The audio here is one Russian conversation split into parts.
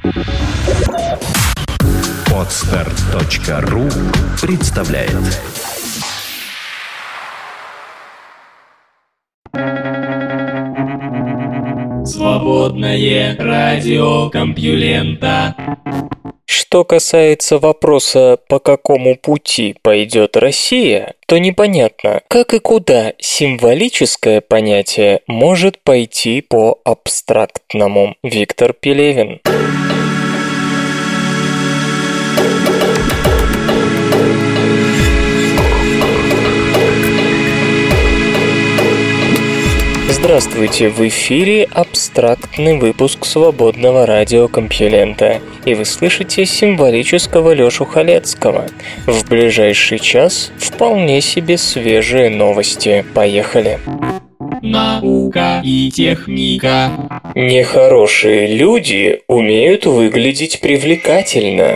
Podster.ru представляет. Свободное радио Компьюлента. Что касается вопроса, по какому пути пойдет Россия, то непонятно, как и куда символическое понятие может пойти по абстрактному. Виктор Пелевин. Здравствуйте, в эфире абстрактный выпуск свободного радио Компьюлента, и вы слышите символического Лёшу Халецкого. В ближайший час вполне себе свежие новости. Поехали! Наука и техника. Нехорошие люди умеют выглядеть привлекательно.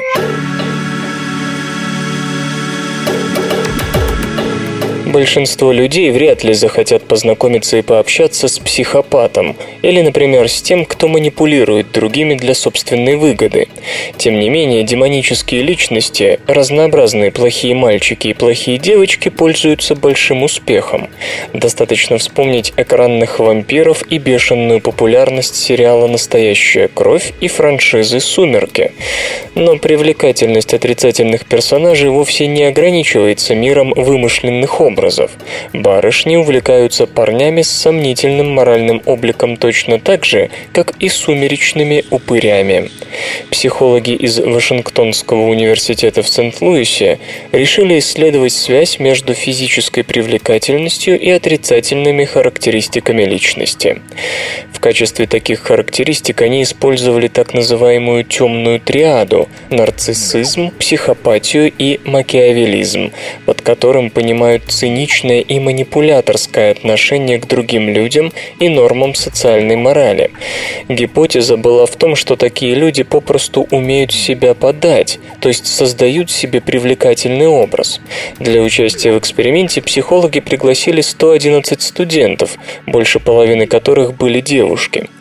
Большинство людей вряд ли захотят познакомиться и пообщаться с психопатом, или, например, с тем, кто манипулирует другими для собственной выгоды. Тем не менее, демонические личности, разнообразные плохие мальчики и плохие девочки пользуются большим успехом. Достаточно вспомнить экранных вампиров и бешеную популярность сериала «Настоящая кровь» и франшизы «Сумерки». Но привлекательность отрицательных персонажей вовсе не ограничивается миром вымышленных образов. Барышни увлекаются парнями с сомнительным моральным обликом точно так же, как и сумеречными упырями. Психологи из Вашингтонского университета в Сент-Луисе решили исследовать связь между физической привлекательностью и отрицательными характеристиками личности. В качестве таких характеристик они использовали так называемую темную триаду – нарциссизм, психопатию и макиавеллизм, под которым понимают циничное и манипуляторское отношение к другим людям и нормам социальной морали. Гипотеза была в том, что такие люди попросту умеют себя подать, то есть создают себе привлекательный образ. Для участия в эксперименте психологи пригласили 111 студентов, больше половины которых были девушки.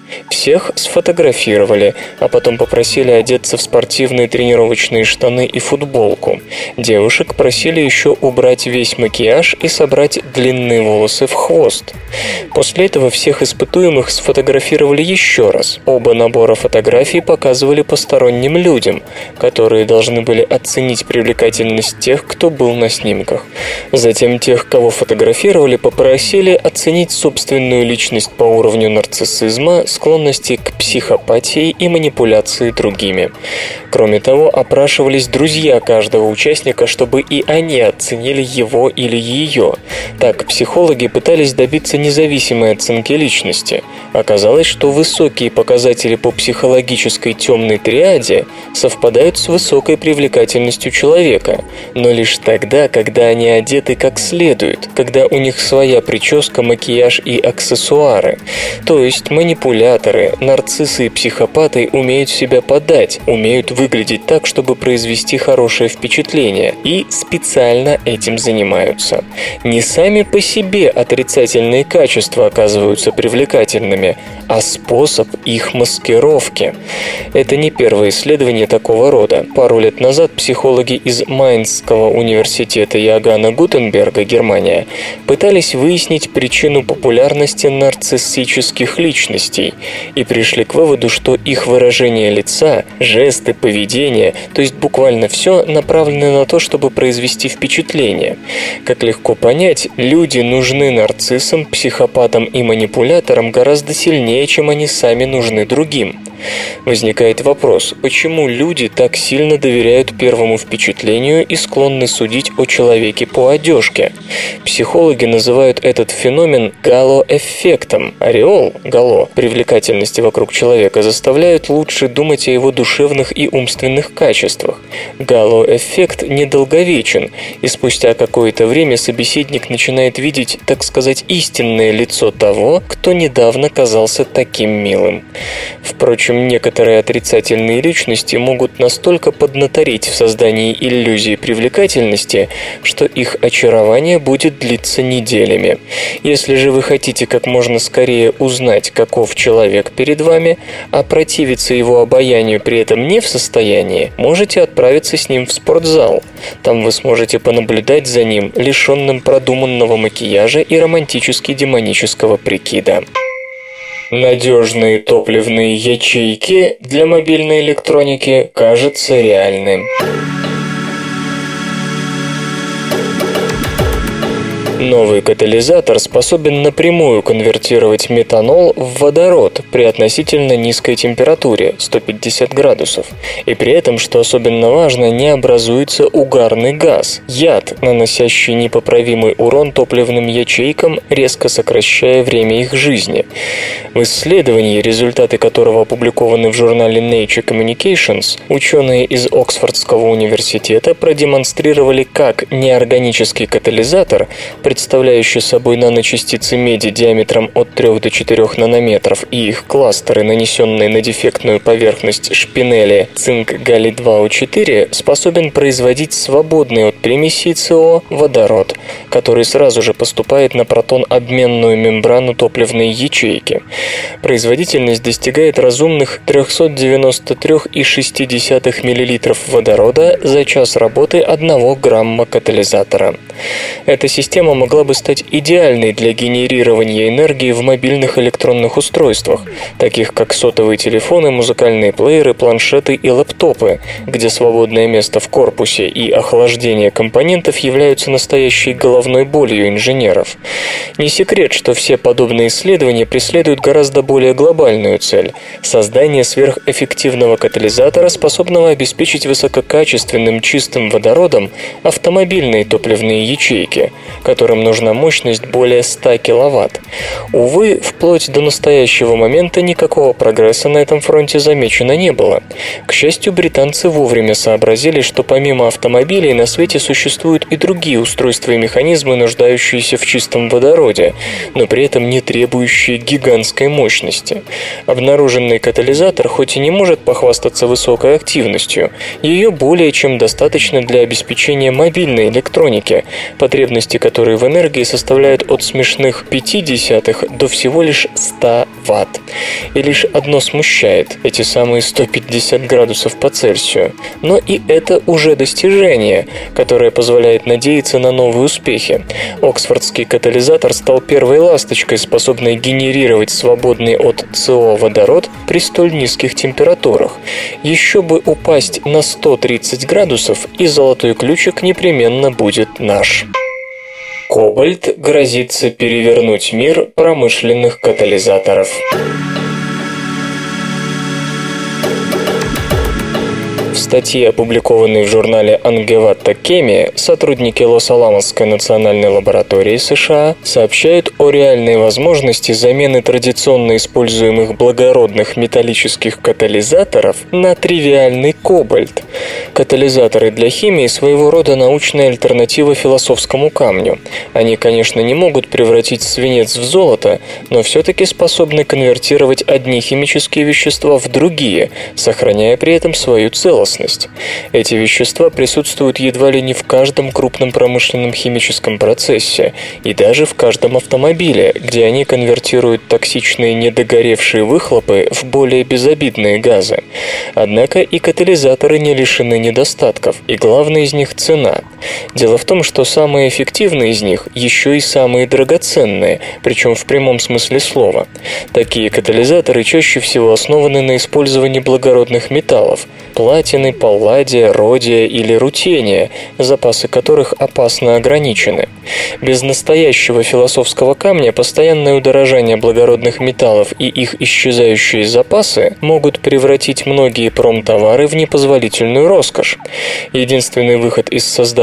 Всех сфотографировали, а потом попросили одеться в спортивные тренировочные штаны и футболку. Девушек просили еще убрать весь макияж и собрать длинные волосы в хвост. После этого всех испытуемых сфотографировали еще раз. Оба набора фотографий показывали посторонним людям, которые должны были оценить привлекательность тех, кто был на снимках. Затем тех, кого фотографировали, попросили оценить собственную личность по уровню нарциссизма, склонности к психопатии и манипуляции другими. Кроме того, опрашивались друзья каждого участника, чтобы и они оценили его или ее. Так, психологи пытались добиться независимой оценки личности. Оказалось, что высокие показатели по психологической темной триаде совпадают с высокой привлекательностью человека, но лишь тогда, когда они одеты как следует, когда у них своя прическа, макияж и аксессуары. То есть манипуляторы, нарциссы и психопаты умеют себя подать, умеют выглядеть так, чтобы произвести хорошее впечатление, и специально этим занимаются. Не сами по себе отрицательные качества оказываются привлекательными, а способ их маскировки. Это не первое исследование такого рода. Пару лет назад психологи из Майнского университета Иоганна Гутенберга, Германия, пытались выяснить причину популярности нарциссических личностей и пришли к выводу, что их выражение лица, жесты, поведение, то есть буквально все, направлено на то, чтобы произвести впечатление. Как легко понять, люди нужны нарциссам, психопатам и манипуляторам гораздо сильнее, чем они сами нужны другим. Возникает вопрос, почему люди так сильно доверяют первому впечатлению и склонны судить о человеке по одежке? Психологи называют этот феномен гало-эффектом. Ореол, гало, привлекательности вокруг человека заставляют лучше думать о его душевных и умственных качествах. Гало-эффект недолговечен, и спустя какое-то время собеседник начинает видеть, так сказать, истинное лицо того, кто недавно казался таким милым. Впрочем, Впрочем, некоторые отрицательные личности могут настолько поднаторить в создании иллюзии привлекательности, что их очарование будет длиться неделями. Если же вы хотите как можно скорее узнать, каков человек перед вами, а противиться его обаянию при этом не в состоянии, можете отправиться с ним в спортзал. Там вы сможете понаблюдать за ним, лишенным продуманного макияжа и романтически-демонического прикида. Надежные топливные ячейки для мобильной электроники кажутся реальным. Новый катализатор способен напрямую конвертировать метанол в водород при относительно низкой температуре – 150 градусов. И при этом, что особенно важно, не образуется угарный газ – яд, наносящий непоправимый урон топливным ячейкам, резко сокращая время их жизни. В исследовании, результаты которого опубликованы в журнале Nature Communications, ученые из Оксфордского университета продемонстрировали, как неорганический катализатор, представляющий собой наночастицы меди диаметром от 3 до 4 нанометров и их кластеры, нанесенные на дефектную поверхность шпинели цинк-галлий-2О4, способен производить свободный от примесей СО водород, который сразу же поступает на протон-обменную мембрану топливной ячейки. Производительность достигает разумных 393,6 мл водорода за час работы 1 грамма катализатора. Эта система могла бы стать идеальной для генерирования энергии в мобильных электронных устройствах, таких как сотовые телефоны, музыкальные плееры, планшеты и лэптопы, где свободное место в корпусе и охлаждение компонентов являются настоящей головной болью инженеров. Не секрет, что все подобные исследования преследуют гораздо более глобальную цель – создание сверхэффективного катализатора, способного обеспечить высококачественным чистым водородом автомобильные топливные ячейки, которым нужна мощность более 100 кВт. Увы, вплоть до настоящего момента никакого прогресса на этом фронте замечено не было. К счастью, британцы вовремя сообразили, что помимо автомобилей на свете существуют и другие устройства и механизмы, нуждающиеся в чистом водороде, но при этом не требующие гигантской мощности. Обнаруженный катализатор хоть и не может похвастаться высокой активностью, ее более чем достаточно для обеспечения мобильной электроники, потребности которой в энергии составляют от смешных 0,5 до всего лишь 100 Вт. И лишь одно смущает – эти самые 150 градусов по Цельсию. Но и это уже достижение, которое позволяет надеяться на новые успехи. Оксфордский катализатор стал первой ласточкой, способной генерировать свободный от СО водород при столь низких температурах. Еще бы упасть на 130 градусов, и золотой ключик непременно будет наш. Кобальт грозится перевернуть мир промышленных катализаторов. В статье, опубликованной в журнале Ангеватта Кеми, сотрудники Лос-Аламосской национальной лаборатории США сообщают о реальной возможности замены традиционно используемых благородных металлических катализаторов на тривиальный кобальт. Катализаторы для химии – своего рода научная альтернатива философскому камню. Они, конечно, не могут превратить свинец в золото, но все-таки способны конвертировать одни химические вещества в другие, сохраняя при этом свою целостность. Эти вещества присутствуют едва ли не в каждом крупном промышленном химическом процессе и даже в каждом автомобиле, где они конвертируют токсичные недогоревшие выхлопы в более безобидные газы. Однако и катализаторы не лишены недостатков, и главный из них – цена. Дело в том, что самые эффективные из них еще и самые драгоценные, причем в прямом смысле слова. Такие катализаторы чаще всего основаны на использовании благородных металлов – платины, палладия, родия или рутения, запасы которых опасно ограничены. Без настоящего философского камня постоянное удорожание благородных металлов и их исчезающие запасы могут превратить многие промтовары в непозволительную роскошь. Единственный выход из создавшейся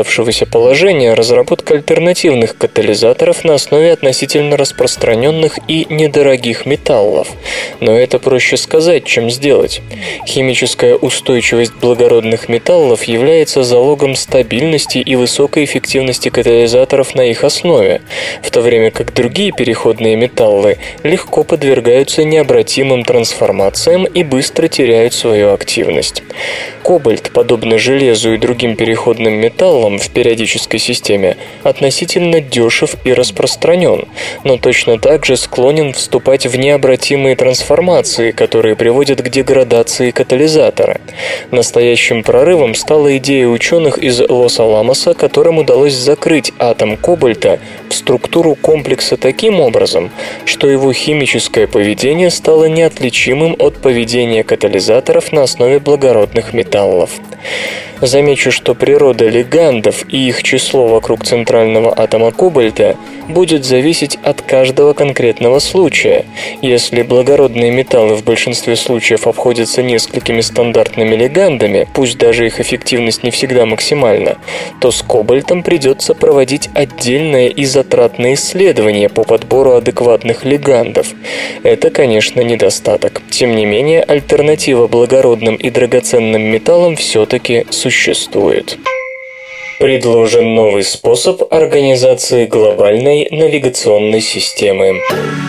создавшегося положения разработка альтернативных катализаторов на основе относительно распространенных и недорогих металлов. Но это проще сказать, чем сделать. Химическая устойчивость благородных металлов является залогом стабильности и высокой эффективности катализаторов на их основе, в то время как другие переходные металлы легко подвергаются необратимым трансформациям и быстро теряют свою активность. Кобальт, подобно железу и другим переходным металлам в периодической системе, относительно дешев и распространен, но точно так же склонен вступать в необратимые трансформации, которые приводят к деградации катализатора. Настоящим прорывом стала идея ученых из Лос-Аламоса, которым удалось закрыть атом кобальта в структуру комплекса таким образом, что его химическое поведение стало неотличимым от поведения катализаторов на основе благородных металлов. Замечу, что природа лигандов и их число вокруг центрального атома кобальта будет зависеть от каждого конкретного случая. Если благородные металлы в большинстве случаев обходятся несколькими стандартными лигандами, пусть даже их эффективность не всегда максимальна, то с кобальтом придется проводить отдельное и затратное исследование по подбору адекватных лигандов. Это, конечно, недостаток. Тем не менее, альтернатива благородным и драгоценным металлам все-таки существует. Предложен новый способ организации глобальной навигационной системы.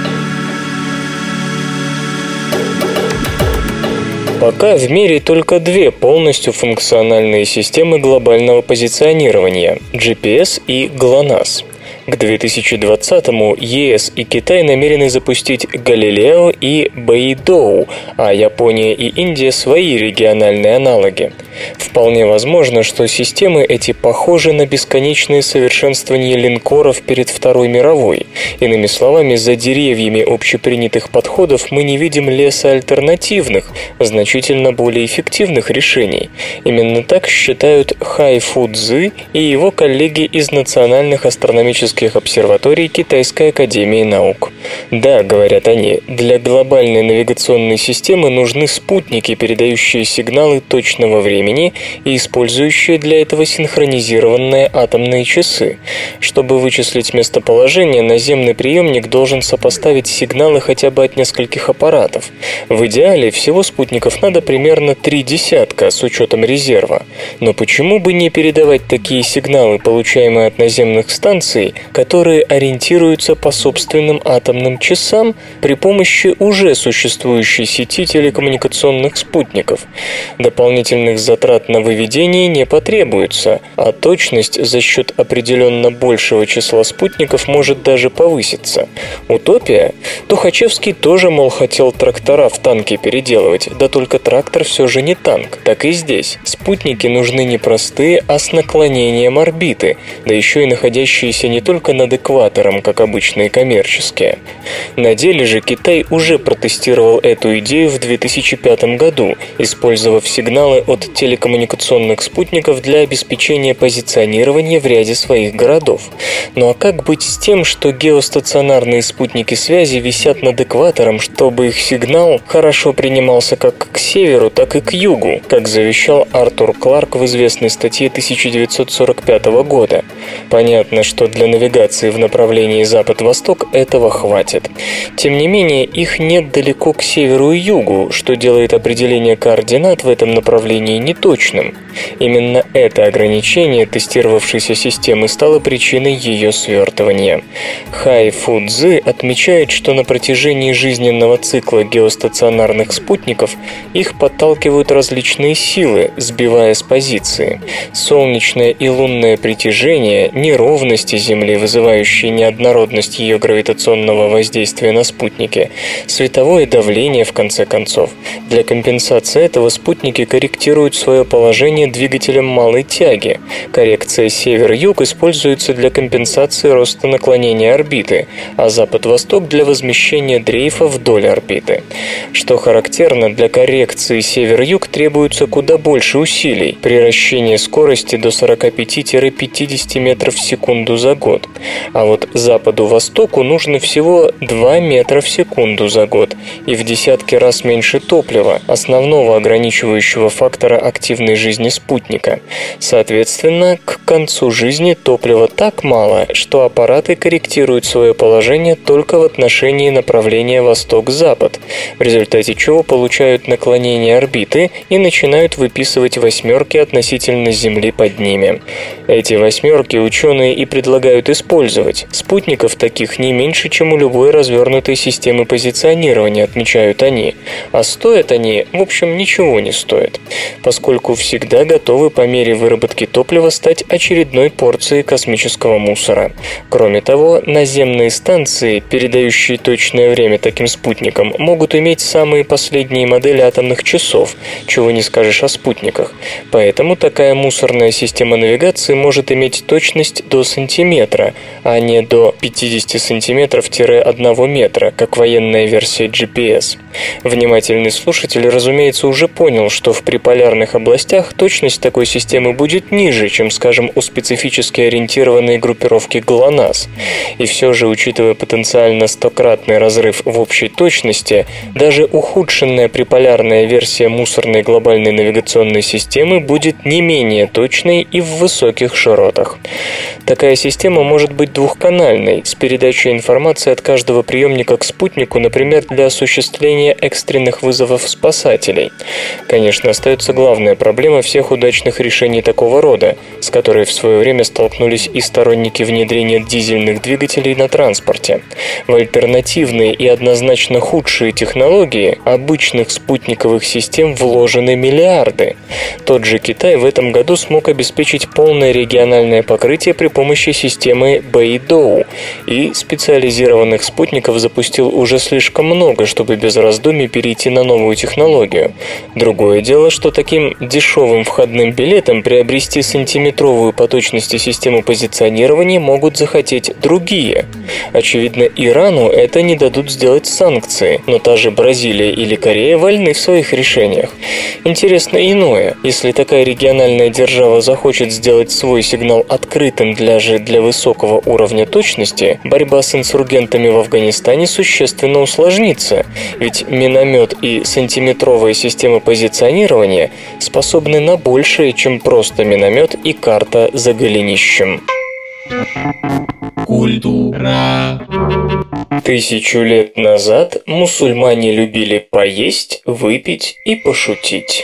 Пока в мире только две полностью функциональные системы глобального позиционирования – GPS и GLONASS. К 2020-му ЕС и Китай намерены запустить Галилео и Бэйдоу, а Япония и Индия – свои региональные аналоги. Вполне возможно, что системы эти похожи на бесконечное совершенствование линкоров перед Второй мировой. Иными словами, за деревьями общепринятых подходов мы не видим леса альтернативных, значительно более эффективных решений. Именно так считают Хай-Фу Цзы и его коллеги из национальных астрономических обсерваторий Китайской академии наук. Да, говорят они, для глобальной навигационной системы нужны спутники, передающие сигналы точного времени и использующие для этого синхронизированные атомные часы. Чтобы вычислить местоположение, наземный приемник должен сопоставить сигналы хотя бы от нескольких аппаратов. В идеале всего спутников надо примерно 30 с учетом резерва. Но почему бы не передавать такие сигналы, получаемые от наземных станций, которые ориентируются по собственным атомным часам при помощи уже существующей сети телекоммуникационных спутников? Дополнительных затрат на выведение не потребуется, а точность за счет определенно большего числа спутников может даже повыситься. Утопия? Тухачевский тоже, мол, хотел трактора в танки переделывать, да только трактор все же не танк. Так и здесь. Спутники нужны не простые, а с наклонением орбиты, да еще и находящиеся не только над экватором, как обычные коммерческие. На деле же Китай уже протестировал эту идею в 2005 году, использовав сигналы от телекоммуникационных спутников для обеспечения позиционирования в ряде своих городов. Ну а как быть с тем, что геостационарные спутники связи висят над экватором, чтобы их сигнал хорошо принимался как к северу, так и к югу, как завещал Артур Кларк в известной статье 1945 года? Понятно, что для навигации в направлении запад-восток этого хватит. Тем не менее, их нет далеко к северу и югу, что делает определение координат в этом направлении неточным. Именно это ограничение тестировавшейся системы стало причиной ее свертывания. Хай-Фу Цзы отмечает, что на протяжении жизненного цикла геостационарных спутников их подталкивают различные силы, сбивая с позиции. Солнечное и лунное притяжение, неровности Земли, вызывающие неоднородность ее гравитационного воздействия на спутники, световое давление, в конце концов. Для компенсации этого спутники корректируют свое положение двигателем малой тяги. Коррекция север-юг используется для компенсации роста наклонения орбиты, а запад-восток для возмещения дрейфа вдоль орбиты. Что характерно, для коррекции север-юг требуется куда больше усилий при вращении скорости до 45-50 метров в секунду за год. год. А вот Западу-Востоку нужно всего 2 метра в секунду за год и в десятки раз меньше топлива, основного ограничивающего фактора активной жизни спутника. Соответственно, к концу жизни топлива так мало, что аппараты корректируют свое положение только в отношении направления восток-запад, в результате чего получают наклонение орбиты и начинают выписывать восьмерки относительно Земли под ними. Эти восьмерки ученые и предлагают использовать. Спутников таких не меньше, чем у любой развернутой системы позиционирования, отмечают они. А стоят они, в общем, ничего не стоят, поскольку всегда готовы по мере выработки топлива стать очередной порцией космического мусора. Кроме того, наземные станции, передающие точное время таким спутникам, могут иметь самые последние модели атомных часов, чего не скажешь о спутниках. Поэтому такая мусорная система навигации может иметь точность до сантиметра, а не до 50 сантиметров-1 метра, как военная версия GPS. Внимательный слушатель, разумеется, уже понял, что в приполярных областях точность такой системы будет ниже, чем, скажем, у специфически ориентированной группировки ГЛОНАСС. И все же, учитывая потенциально 100-кратный разрыв в общей точности, даже ухудшенная приполярная версия мусорной глобальной навигационной системы будет не менее точной и в высоких широтах. Такая система может быть двухканальной, с передачей информации от каждого приемника к спутнику, например, для осуществления экстренных вызовов спасателей. Конечно, остается главная проблема всех удачных решений такого рода, с которой в свое время столкнулись и сторонники внедрения дизельных двигателей на транспорте. В альтернативные и однозначно худшие технологии обычных спутниковых систем вложены миллиарды. Тот же Китай в этом году смог обеспечить полное региональное покрытие при помощи системы Бэйдоу и специализированных спутников запустил уже слишком много, чтобы без раздумий перейти на новую технологию. Другое дело, что таким дешевым входным билетом приобрести сантиметровую по точности систему позиционирования могут захотеть другие. Очевидно, Ирану это не дадут сделать санкции, но та же Бразилия или Корея вольны в своих решениях. Интересно иное. Если такая региональная держава захочет сделать свой сигнал открытым для высокого уровня точности, борьба с инсургентами в Афганистане существенно усложнится, ведь миномет и сантиметровая система позиционирования способны на большее, чем просто миномет и карта за голенищем. Культура. 1000 лет назад мусульмане любили поесть, выпить и пошутить.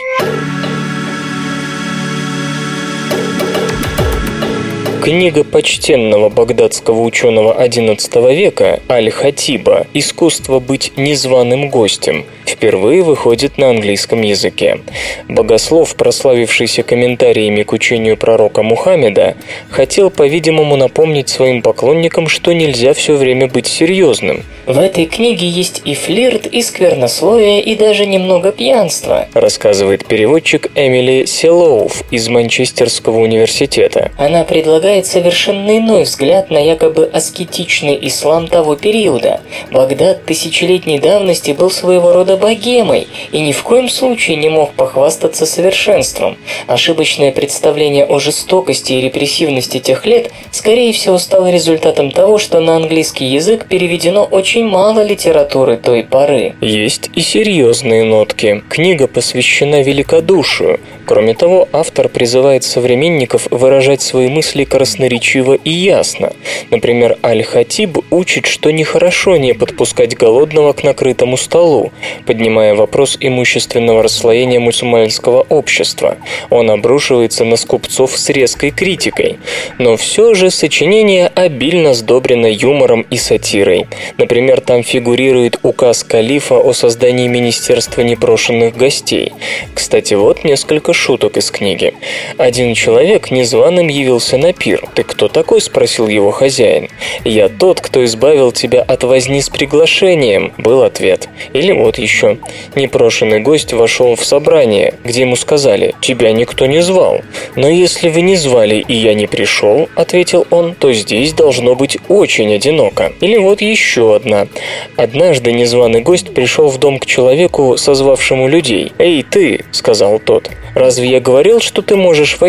Книга почтенного багдадского ученого XI века Аль-Хатиба «Искусство быть незваным гостем» впервые выходит на английском языке. Богослов, прославившийся комментариями к учению пророка Мухаммеда, хотел, по-видимому, напомнить своим поклонникам, что нельзя все время быть серьезным. «В этой книге есть и флирт, и сквернословие, и даже немного пьянства», рассказывает переводчик Эмили Селоуф из Манчестерского университета. «Она предлагает совершенно иной взгляд на якобы аскетичный ислам того периода. Багдад тысячелетней давности был своего рода богемой и ни в коем случае не мог похвастаться совершенством. Ошибочное представление о жестокости и репрессивности тех лет, скорее всего, стало результатом того, что на английский язык переведено очень мало литературы той поры». Есть и серьезные нотки. Книга посвящена великодушию. Кроме того, автор призывает современников выражать свои мысли красноречиво и ясно. Например, Аль-Хатиб учит, что нехорошо не подпускать голодного к накрытому столу, поднимая вопрос имущественного расслоения мусульманского общества. Он обрушивается на скупцов с резкой критикой. Но все же сочинение обильно сдобрено юмором и сатирой. Например, там фигурирует указ калифа о создании министерства непрошенных гостей. Кстати, вот несколько шуток из книги. Один человек незваным явился на пир. «Ты кто такой?» – спросил его хозяин. «Я тот, кто избавил тебя от возни с приглашением», – был ответ. Или вот еще. Непрошенный гость вошел в собрание, где ему сказали: «Тебя никто не звал». «Но если вы не звали и я не пришел», – ответил он, – «то здесь должно быть очень одиноко». Или вот еще одна. Однажды незваный гость пришел в дом к человеку, созвавшему людей. «Эй, ты!» – сказал тот. «Разве я говорил, что ты можешь войти?»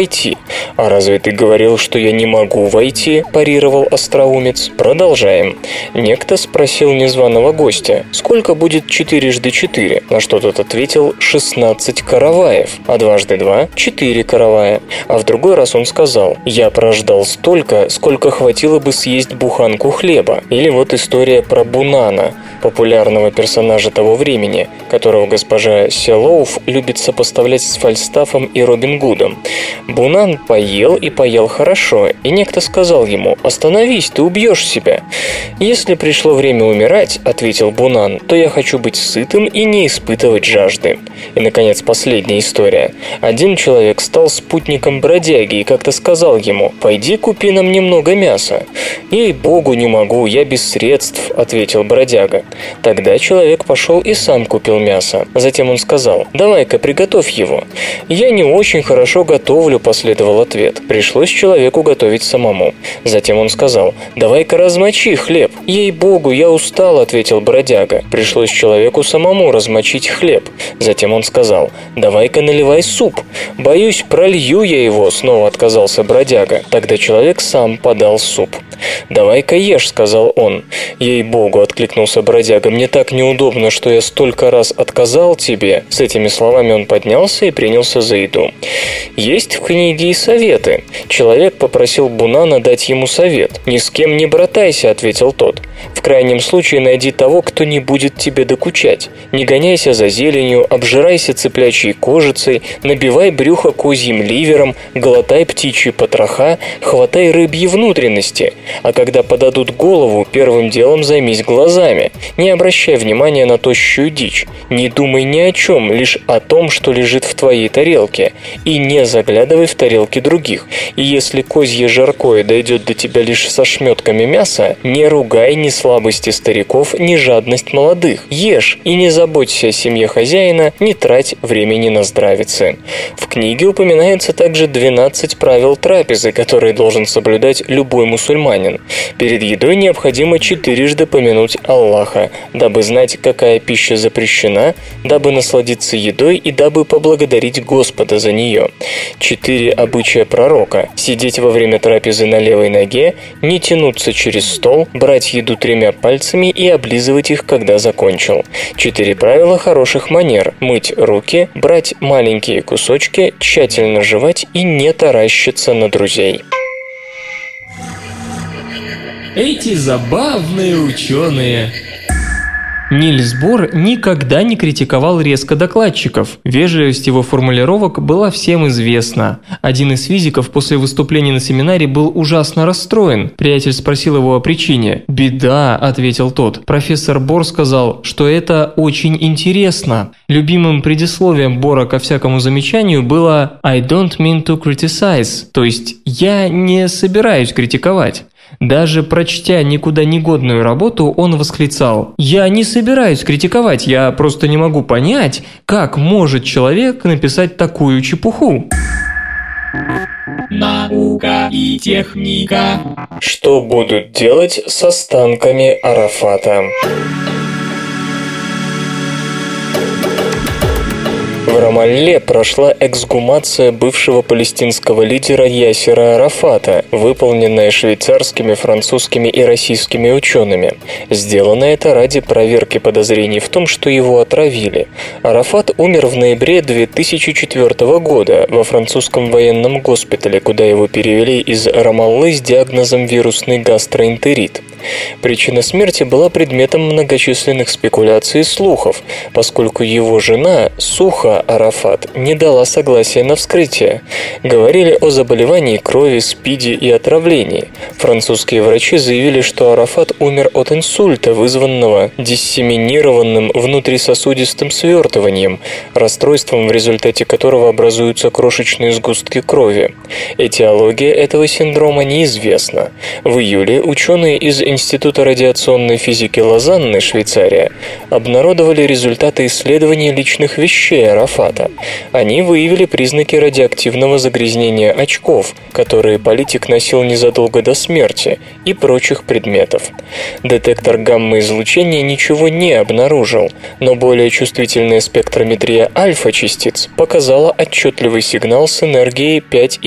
«А разве ты говорил, что я не могу войти?» – парировал остроумец. Продолжаем. Некто спросил незваного гостя: «Сколько будет 4×4?» На что тот ответил: 16 караваев, а 2×2 – 4 каравая. А в другой раз он сказал: «Я прождал столько, сколько хватило бы съесть буханку хлеба». Или вот история про Бунана, популярного персонажа того времени, которого госпожа Селоуф любит сопоставлять с Фальстафом и Робин Гудом. Бунан поел и поел хорошо, и некто сказал ему: «Остановись, ты убьешь себя». «Если пришло время умирать, — ответил Бунан, — то я хочу быть сытым и не испытывать жажды». И, наконец, последняя история. Один человек стал спутником бродяги и как-то сказал ему: «Пойди купи нам немного мяса». «Ей-богу, не могу, я без средств», — ответил бродяга. Тогда человек пошел и сам купил мясо. Затем он сказал: «Давай-ка приготовь его». «Я не очень хорошо готовлю», — последовал ответ. Пришлось человеку готовить самому. Затем он сказал: «Давай-ка размочи хлеб». «Ей-богу, я устал», — ответил бродяга. Пришлось человеку самому размочить хлеб. Затем он сказал: «Давай-ка наливай суп». «Боюсь, пролью я его», — снова отказался бродяга. Тогда человек сам подал суп. «Давай-ка ешь», — сказал он. «Ей-богу», — откликнулся бродяга, — «мне так неудобно, что я столько раз отказал тебе». С этими словами он поднялся и принялся за еду. Есть в книге и советы. Человек попросил Бунана дать ему совет. «Ни с кем не братайся», — ответил тот. «В крайнем случае найди того, кто не будет тебе докучать. Не гоняйся за зеленью, обжирайся цыплячьей кожицей, набивай брюхо козьим ливером, глотай птичьи потроха, хватай рыбьи внутренности. А когда подадут голову, первым делом займись глазами. Не обращай внимания на тощую дичь. Не думай ни о чем, лишь о том, что лежит в твоей тарелке. И не заглядывай в тарелки других. И если козье жаркое дойдет до тебя лишь со шметками мяса, не ругай ни слабости стариков, ни жадность молодых. Ешь и не заботься о семье хозяина, не трать времени на здравицы». В книге упоминается также 12 правил трапезы, которые должен соблюдать любой мусульманин. Перед едой необходимо 4 помянуть Аллаха, дабы знать, какая пища запрещена, дабы насладиться едой и дабы поблагодарить Господа за нее. 4 обычая пророка: сидеть во время трапезы на левой ноге, не тянуться через стол, брать еду 3 пальцами и облизывать их, когда закончил. 4 правила хороших манер: мыть руки, брать маленькие кусочки, тщательно жевать и не таращиться на друзей. Эти забавные ученые. Нильс Бор никогда не критиковал резко докладчиков. Вежливость его формулировок была всем известна. Один из физиков после выступления на семинаре был ужасно расстроен. Приятель спросил его о причине. «Беда», — ответил тот. Профессор Бор сказал, что это очень интересно. Любимым предисловием Бора ко всякому замечанию было «I don't mean to criticize», то есть «я не собираюсь критиковать». Даже прочтя никуда не годную работу, он восклицал: «Я не собираюсь критиковать, я просто не могу понять, как может человек написать такую чепуху». Наука и техника. Что будут делать с останками Арафата? В Рамалле прошла эксгумация бывшего палестинского лидера Ясера Арафата, выполненная швейцарскими, французскими и российскими учеными. Сделано это ради проверки подозрений в том, что его отравили. Арафат умер в ноябре 2004 года во французском военном госпитале, куда его перевели из Рамаллы с диагнозом вирусный гастроэнтерит. Причина смерти была предметом многочисленных спекуляций и слухов, поскольку его жена, Суха Арафат, не дала согласия на вскрытие. Говорили о заболевании крови, СПИДе и отравлении. Французские врачи заявили, что Арафат умер от инсульта, вызванного диссеминированным внутрисосудистым свертыванием, расстройством, в результате которого образуются крошечные сгустки крови. Этиология этого синдрома неизвестна. В июле ученые из Института радиационной физики Лозанны, Швейцария, обнародовали результаты исследования личных вещей Арафата. Они выявили признаки радиоактивного загрязнения очков, которые политик носил незадолго до смерти, и прочих предметов. Детектор гамма-излучения ничего не обнаружил, но более чувствительная спектрометрия альфа-частиц показала отчетливый сигнал с энергией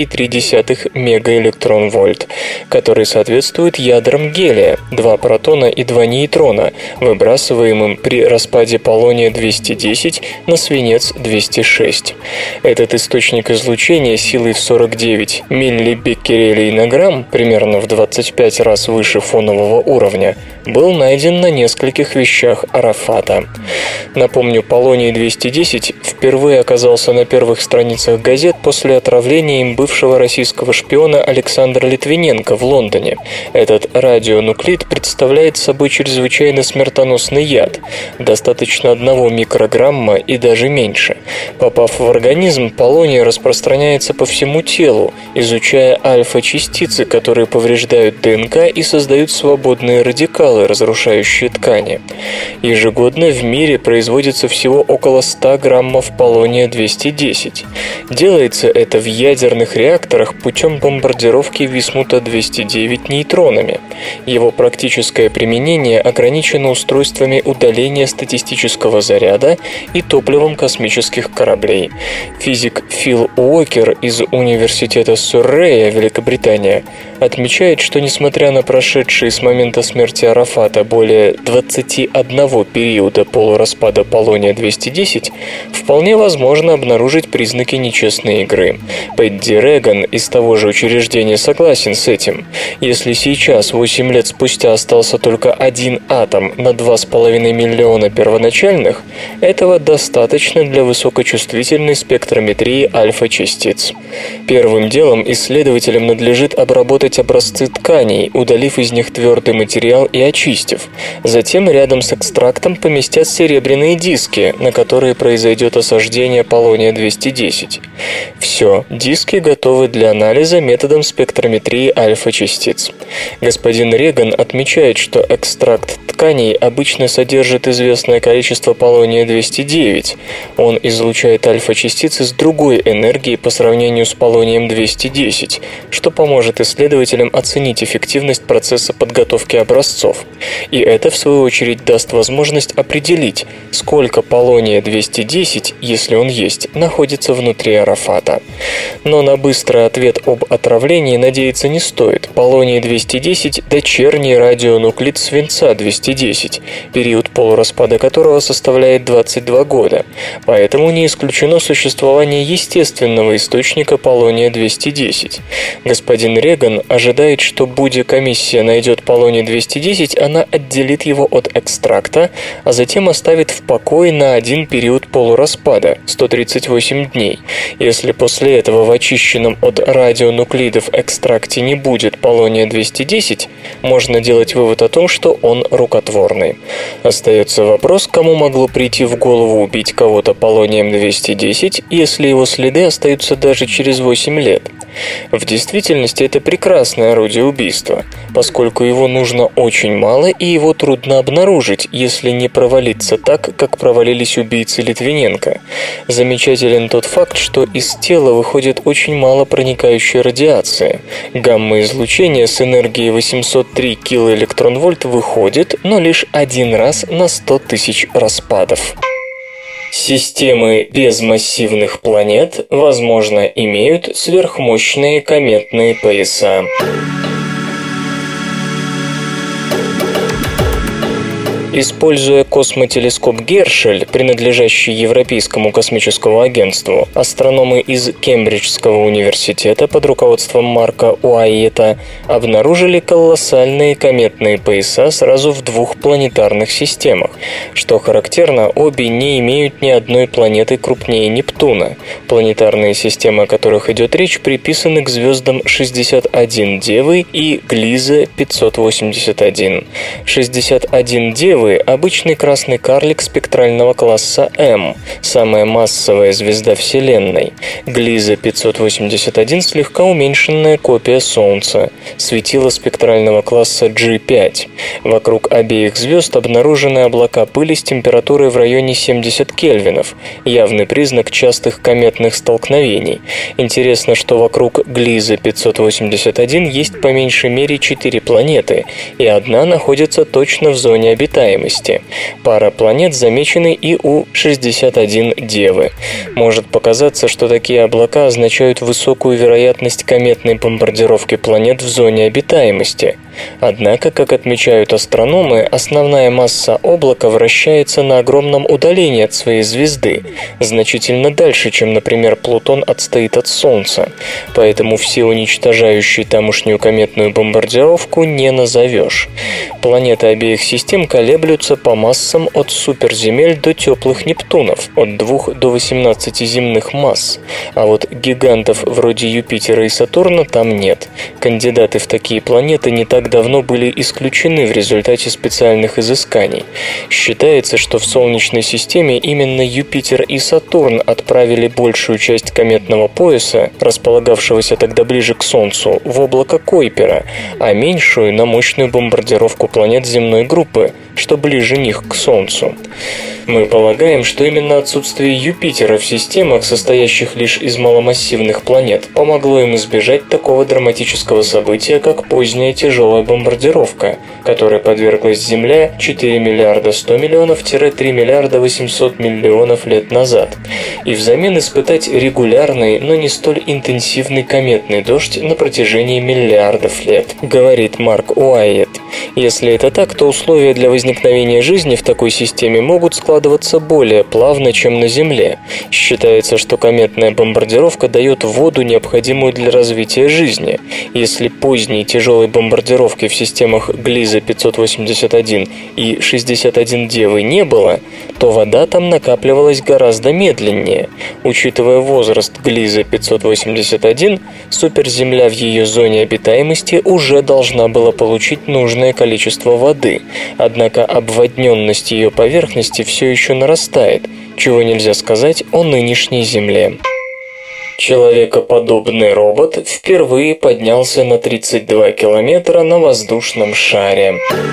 5,3 мегаэлектрон-вольт, который соответствует ядрам гелия, 2 протона и 2 нейтрона, выбрасываемым при распаде полония-210 на свинец-206. Этот источник излучения силой в 49 миллибеккерелей на грамм, примерно в 25 раз выше фонового уровня, был найден на нескольких вещах Арафата. Напомню, полоний-210 впервые оказался на первых страницах газет после отравления им бывшего российского шпиона Александра Литвиненко в Лондоне. Этот радионуклид представляет собой чрезвычайно смертоносный яд, достаточно 1 микрограмма и даже меньше. Попав в организм, полоний распространяется по всему телу, изучая альфа-частицы, которые повреждают ДНК и создают свободные радикалы, разрушающие ткани. Ежегодно в мире производится всего около 100 граммов полония-210. Делается это в ядерных реакторах путем бомбардировки Висмута-209 нейтронами. Его практическое применение ограничено устройствами удаления статистического заряда и топливом космических кораблей. Физик Фил Уокер из Университета Суррея, Великобритания, отмечает, что несмотря на прошедшие с момента смерти Арафата более 21 периода полураспада полония-210, вполне возможно обнаружить признаки нечестной игры. Пэдди Реган из того же учреждения согласен с этим. Если сейчас, 8 лет спустя, остался только 1 атом на 2,5 миллиона первоначальных, этого достаточно для высокочувствительной спектрометрии альфа-частиц. Первым делом исследователям надлежит обработать образцы тканей, удалив из них твердый материал и очистив. Затем рядом с экстрактом поместят серебряные диски, на которые произойдет осаждение полония-210. Все, диски готовы для анализа методом спектрометрии альфа-частиц. Господин Реган отмечает, что экстракт тканей обычно содержит известное количество полония-209. Он излучает альфа-частицы с другой энергией по сравнению с полонием-210, что поможет исследователям оценить эффективность процесса подготовки образцов. И это, в свою очередь, даст возможность определить, сколько полония-210, если он есть, находится внутри Арафата. Но на быстрый ответ об отравлении надеяться не стоит. Полоний-210 – дочерний радионуклид свинца-210, период полураспада которого составляет 22 года. Поэтому не исключено существование естественного источника полония-210. Господин Реган ожидает, что, будь комиссия найдет полоний-210, она отделит его от экстракта, а затем оставит в покое на 1 период полураспада – 138 дней. Если после этого в очищенном от радионуклидов экстракте не будет полония-210, можно делать вывод о том, что он рукотворный. Остается вопрос, кому могло прийти в голову убить кого-то полонием-210, если его следы остаются даже через 8 лет. В действительности это прекрасное орудие убийства, поскольку его нужно очень мало и его трудно обнаружить, если не провалиться так, как провалились убийцы Литвиненко. Замечателен тот факт, что из тела выходит очень мало проникающей радиации. Гамма-излучение с энергией 803 килоэлектрон-вольт выходит, но лишь 1 раз на 100 тысяч распадов. Системы без массивных планет, возможно, имеют сверхмощные кометные пояса. Используя космотелескоп Гершель, принадлежащий Европейскому космическому агентству, астрономы из Кембриджского университета под руководством Марка Уайета обнаружили колоссальные кометные пояса сразу в 2 планетарных системах. Что характерно, обе не имеют ни одной планеты крупнее Нептуна. Планетарные системы, о которых идет речь, приписаны к звездам 61 Девы и Глиза 581. 61 Девы Девы – обычный красный карлик спектрального класса М, самая массовая звезда Вселенной. Глиза 581 – слегка уменьшенная копия Солнца, светило спектрального класса G5. Вокруг обеих звезд обнаружены облака пыли с температурой в районе 70 кельвинов, явный признак частых кометных столкновений. Интересно, что вокруг Глиза 581 есть по меньшей мере 4 планеты, и одна находится точно в зоне обитаемости. Пара планет замечены и у 61 Девы. Может показаться, что такие облака означают высокую вероятность кометной бомбардировки планет в зоне обитаемости. Однако, как отмечают астрономы, основная масса облака вращается на огромном удалении от своей звезды, значительно дальше, чем, например, Плутон отстоит от Солнца. Поэтому всеуничтожающей тамошнюю кометную бомбардировку не назовешь. Планеты обеих систем колеблются по массам от суперземель до теплых Нептунов, от 2 до 18 земных масс. А вот гигантов вроде Юпитера и Сатурна там нет. Кандидаты в такие планеты не так давно были исключены в результате специальных изысканий. Считается, что в Солнечной системе именно Юпитер и Сатурн отправили большую часть кометного пояса, располагавшегося тогда ближе к Солнцу, в облако Койпера, а меньшую на мощную бомбардировку планет земной группы, что ближе них к Солнцу. Мы полагаем, что именно отсутствие Юпитера в системах, состоящих лишь из маломассивных планет, помогло им избежать такого драматического события, как поздняя тяжелая бомбардировка, которой подверглась Земля 4 миллиарда 100 миллионов-3 миллиарда 800 миллионов лет назад, и взамен испытать регулярный, но не столь интенсивный кометный дождь на протяжении миллиардов лет, говорит Марк Уайетт. Если это так, то условия для возникновения жизни в такой системе могут складываться более плавно, чем на Земле. Считается, что кометная бомбардировка дает воду, необходимую для развития жизни. Если поздней тяжелой бомбардировки в системах Глиза 581 и 61 Девы не было, то вода там накапливалась гораздо медленнее. Учитывая возраст Глиза 581, суперземля в ее зоне обитаемости уже должна была получить нужное количество воды, однако обводненность ее поверхности все еще нарастает, чего нельзя сказать о нынешней Земле. Человекоподобный робот впервые поднялся на 32 километра на воздушном шаре.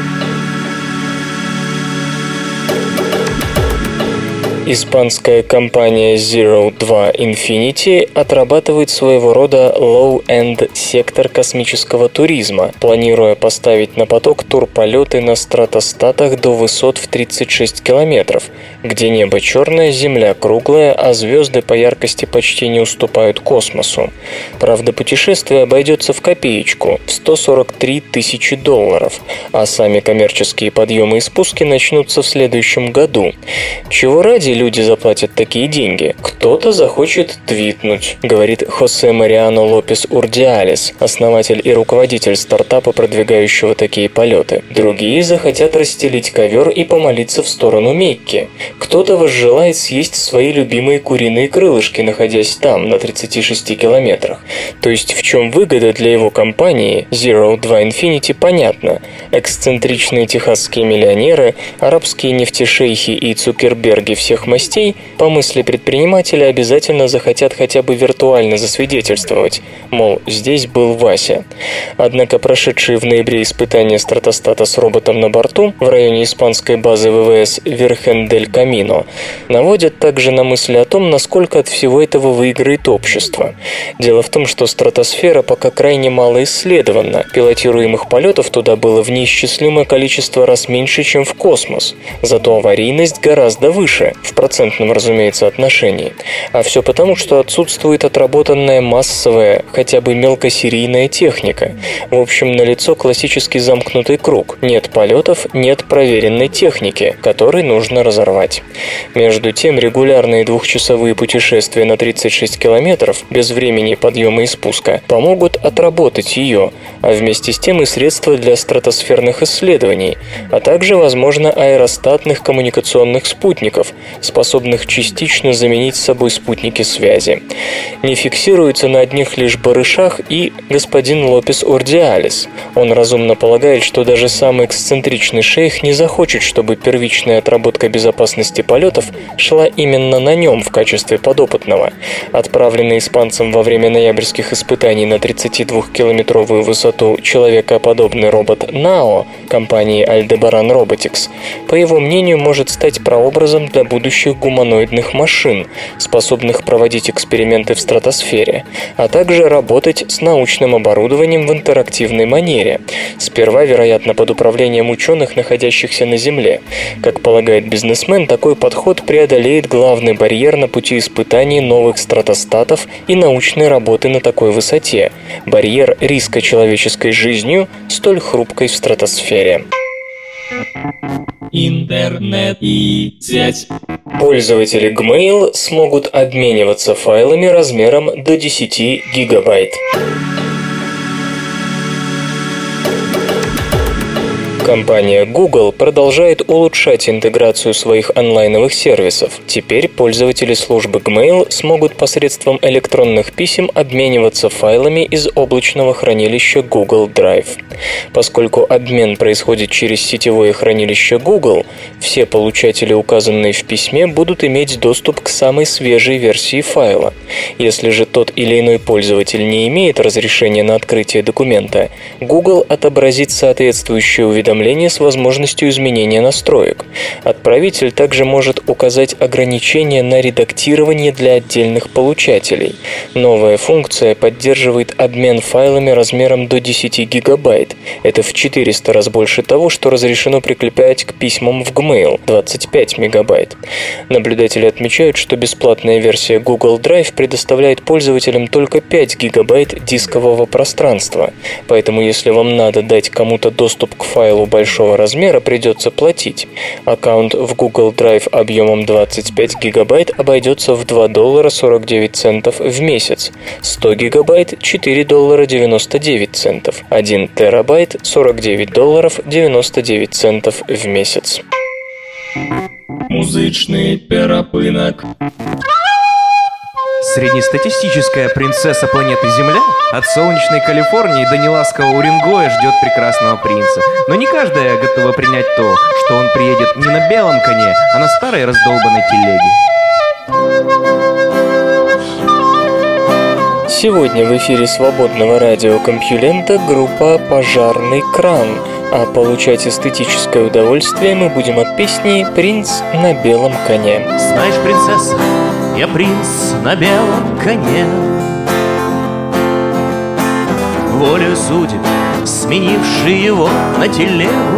Испанская компания Zero 2 Infinity отрабатывает своего рода low-end сектор космического туризма, планируя поставить на поток турполеты на стратостатах до высот в 36 километров, где небо черное, Земля круглая, а звезды по яркости почти не уступают космосу. Правда, путешествие обойдется в копеечку, в $143 тысячи, а сами коммерческие подъемы и спуски начнутся в следующем году. Чего ради люди заплатят такие деньги? Кто-то захочет твитнуть, говорит Хосе Мариано Лопес Урдиалес, основатель и руководитель стартапа, продвигающего такие полеты. Другие захотят расстелить ковер и помолиться в сторону Мекки. Кто-то возжелает съесть свои любимые куриные крылышки, находясь там, на 36 километрах. То есть в чем выгода для его компании Zero 2 Infinity, понятно. Эксцентричные техасские миллионеры, арабские нефтешейхи и Цукерберги всех мастей, по мысли предпринимателя, обязательно захотят хотя бы виртуально засвидетельствовать, мол, здесь был Вася. Однако прошедшие в ноябре испытания стратостата с роботом на борту в районе испанской базы ВВС Вирхен-дель-Камино наводят также на мысли о том, насколько от всего этого выиграет общество. Дело в том, что стратосфера пока крайне мало исследована, пилотируемых полетов туда было в неисчислимое количество раз меньше, чем в космос, зато аварийность гораздо выше, в процентном, разумеется, отношении. А все потому, что отсутствует отработанная массовая, хотя бы мелкосерийная техника. В общем, налицо классический замкнутый круг. Нет полетов, нет проверенной техники, которой нужно разорвать. Между тем, регулярные двухчасовые путешествия на 36 километров, без времени подъема и спуска, помогут отработать ее, а вместе с тем и средства для стратосферных исследований, а также, возможно, аэростатных коммуникационных спутников, способных частично заменить собой спутники связи. Не фиксируется на одних лишь барышах и господин Лопес Ордиалес. Он разумно полагает, что даже самый эксцентричный шейх не захочет, чтобы первичная отработка безопасности полетов шла именно на нем в качестве подопытного. Отправленный испанцем во время ноябрьских испытаний на 32-километровую высоту человекоподобный робот НАО компании Aldebaran Robotics, по его мнению, может стать прообразом для будущих гуманоидных машин, способных проводить эксперименты в стратосфере, а также работать с научным оборудованием в интерактивной манере, сперва, вероятно, под управлением ученых, находящихся на Земле. Как полагает бизнесмен, такой подход преодолеет главный барьер на пути испытаний новых стратостатов и научной работы на такой высоте – барьер риска человеческой жизнью, столь хрупкой в стратосфере. Интернет и связь. Пользователи Gmail смогут обмениваться файлами размером до 10 гигабайт. Компания Google продолжает улучшать интеграцию своих онлайновых сервисов. Теперь пользователи службы Gmail смогут посредством электронных писем обмениваться файлами из облачного хранилища Google Drive. Поскольку обмен происходит через сетевое хранилище Google, все получатели, указанные в письме, будут иметь доступ к самой свежей версии файла. Если же тот или иной пользователь не имеет разрешения на открытие документа, Google отобразит соответствующее уведомление с возможностью изменения настроек. Отправитель также может указать ограничения на редактирование для отдельных получателей. Новая функция поддерживает обмен файлами размером до 10 гигабайт. Это в 400 раз больше того, что разрешено прикреплять к письмам в Gmail – 25 мегабайт. Наблюдатели отмечают, что бесплатная версия Google Drive предоставляет пользователям только 5 гигабайт дискового пространства. Поэтому если вам надо дать кому-то доступ к файлу большого размера, придется платить. Аккаунт в Google Drive объемом 25 гигабайт обойдется в $2.49 в месяц, 100 гигабайт – $4.99, 1 терабайт – $49.99 в месяц. Музычный перапынок. Среднестатистическая принцесса планеты Земля от солнечной Калифорнии до неласкового Уренгоя ждет прекрасного принца. Но не каждая готова принять то, что он приедет не на белом коне, а на старой раздолбанной телеге. Сегодня в эфире свободного радиокомпьюлента группа «Пожарный кран», а получать эстетическое удовольствие мы будем от песни «Принц на белом коне». Знаешь, принцесса, я принц на белом коне, волею судеб, сменивший его на телегу.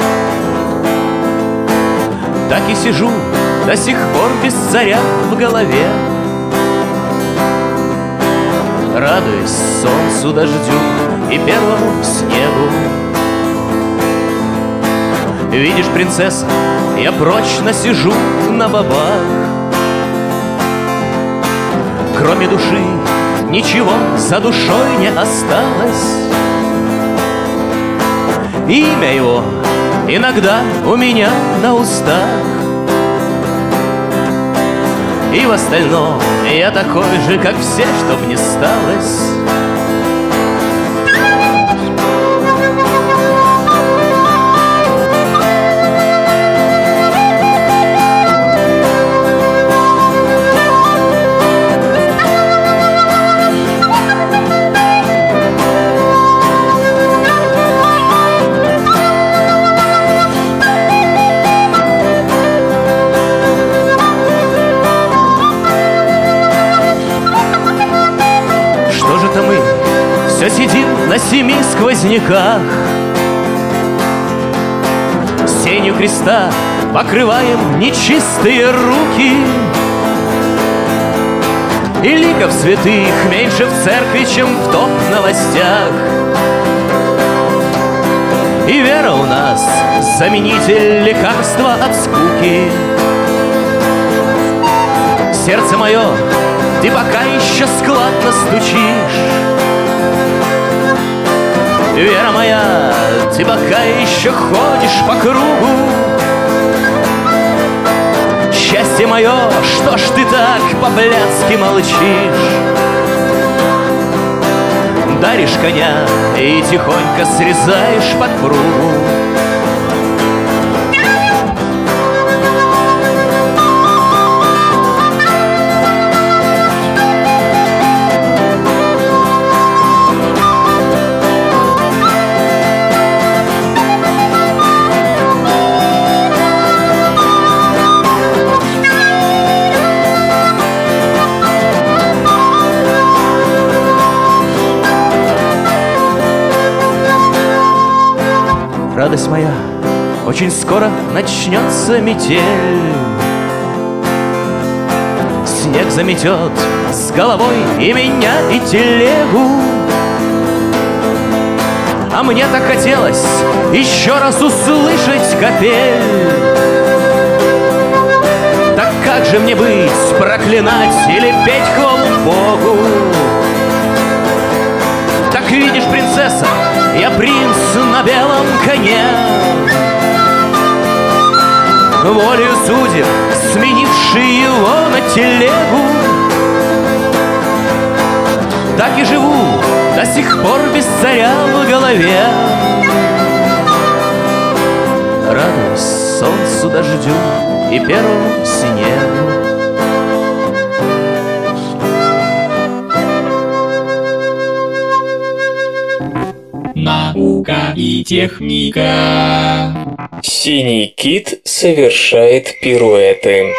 Так и сижу до сих пор без царя в голове, радуясь солнцу, дождю и первому снегу. Видишь, принцесса, я прочно сижу на бобах, кроме души ничего за душой не осталось. Имя его иногда у меня на устах, и в остальном я такой же, как все, чтоб не сталось. Все сидим на 7 сквозняках, сенью креста покрываем нечистые руки, и ликов святых меньше в церкви, чем в топ-новостях. И вера у нас заменитель лекарства от скуки. Сердце мое, ты пока еще складно стучишь. Вера моя, ты пока еще ходишь по кругу. счастье мое, что ж ты так по-блядски молчишь? Даришь коня и тихонько срезаешь подпругу. Радость моя, очень скоро начнется метель. Снег заметет с головой и меня, и телегу. А мне так хотелось еще раз услышать капель. Так как же мне быть, проклинать или петь хвалу Богу? Так видишь, принцесса, я принц на белом коне, волею судеб сменивший его на телегу. Так и живу до сих пор без царя в голове, радуясь солнцу, дождю и первому снегу. Наука и техника. Синий кит совершает пируэты.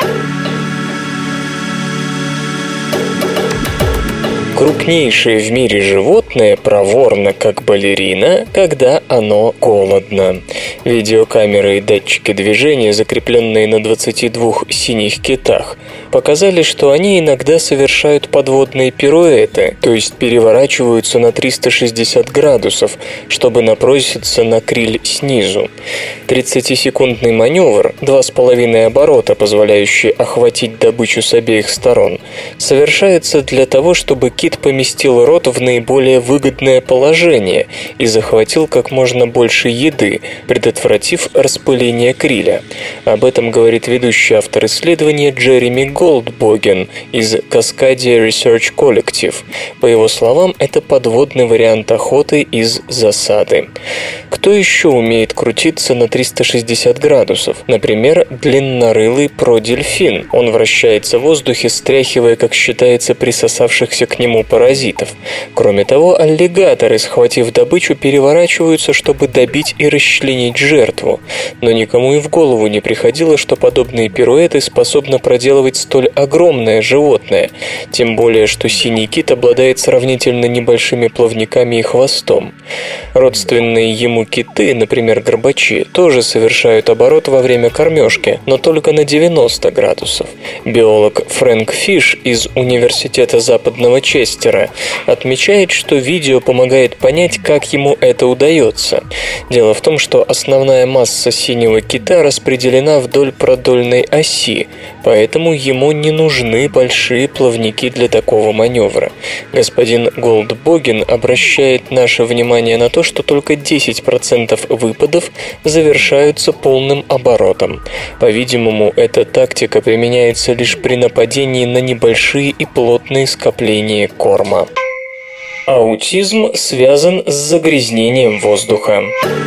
Крупнейшее в мире животное проворно, как балерина, когда оно голодно. Видеокамеры и датчики движения, закрепленные на 22 синих китах, показали, что они иногда совершают подводные пируэты, то есть переворачиваются на 360 градусов, чтобы наброситься на криль снизу. 30-секундный маневр, 2,5 оборота, позволяющий охватить добычу с обеих сторон, совершается для того, чтобы кит поместил рот в наиболее выгодное положение и захватил как можно больше еды, предотвратив распыление криля. Об этом говорит ведущий автор исследования Джереми Голдбоген из Cascadia Research Collective. По его словам, это подводный вариант охоты из засады. Кто еще умеет крутиться на 360 градусов? Например, длиннорылый продельфин. Он вращается в воздухе, стряхивая, как считается, присосавшихся к нему паразитов. Кроме того, аллигаторы, схватив добычу, переворачиваются, чтобы добить и расчленить жертву. Но никому и в голову не приходило, что подобные пируэты способно проделывать столь огромное животное, тем более, что синий кит обладает сравнительно небольшими плавниками и хвостом. Родственные ему киты, например, горбачи, тоже совершают оборот во время кормежки, но только на 90 градусов. Биолог Фрэнк Фиш из Университета Западного Честера отмечает, что видео помогает понять, как ему это удается. Дело в том, что основная масса синего кита распределена вдоль продольной оси, поэтому ему не нужны большие плавники для такого маневра. Господин Голдбоген обращает наше внимание на то, что только 10% выпадов завершаются полным оборотом. По-видимому, эта тактика применяется лишь при нападении на небольшие и плотные скопления корма. Аутизм связан с загрязнением воздуха.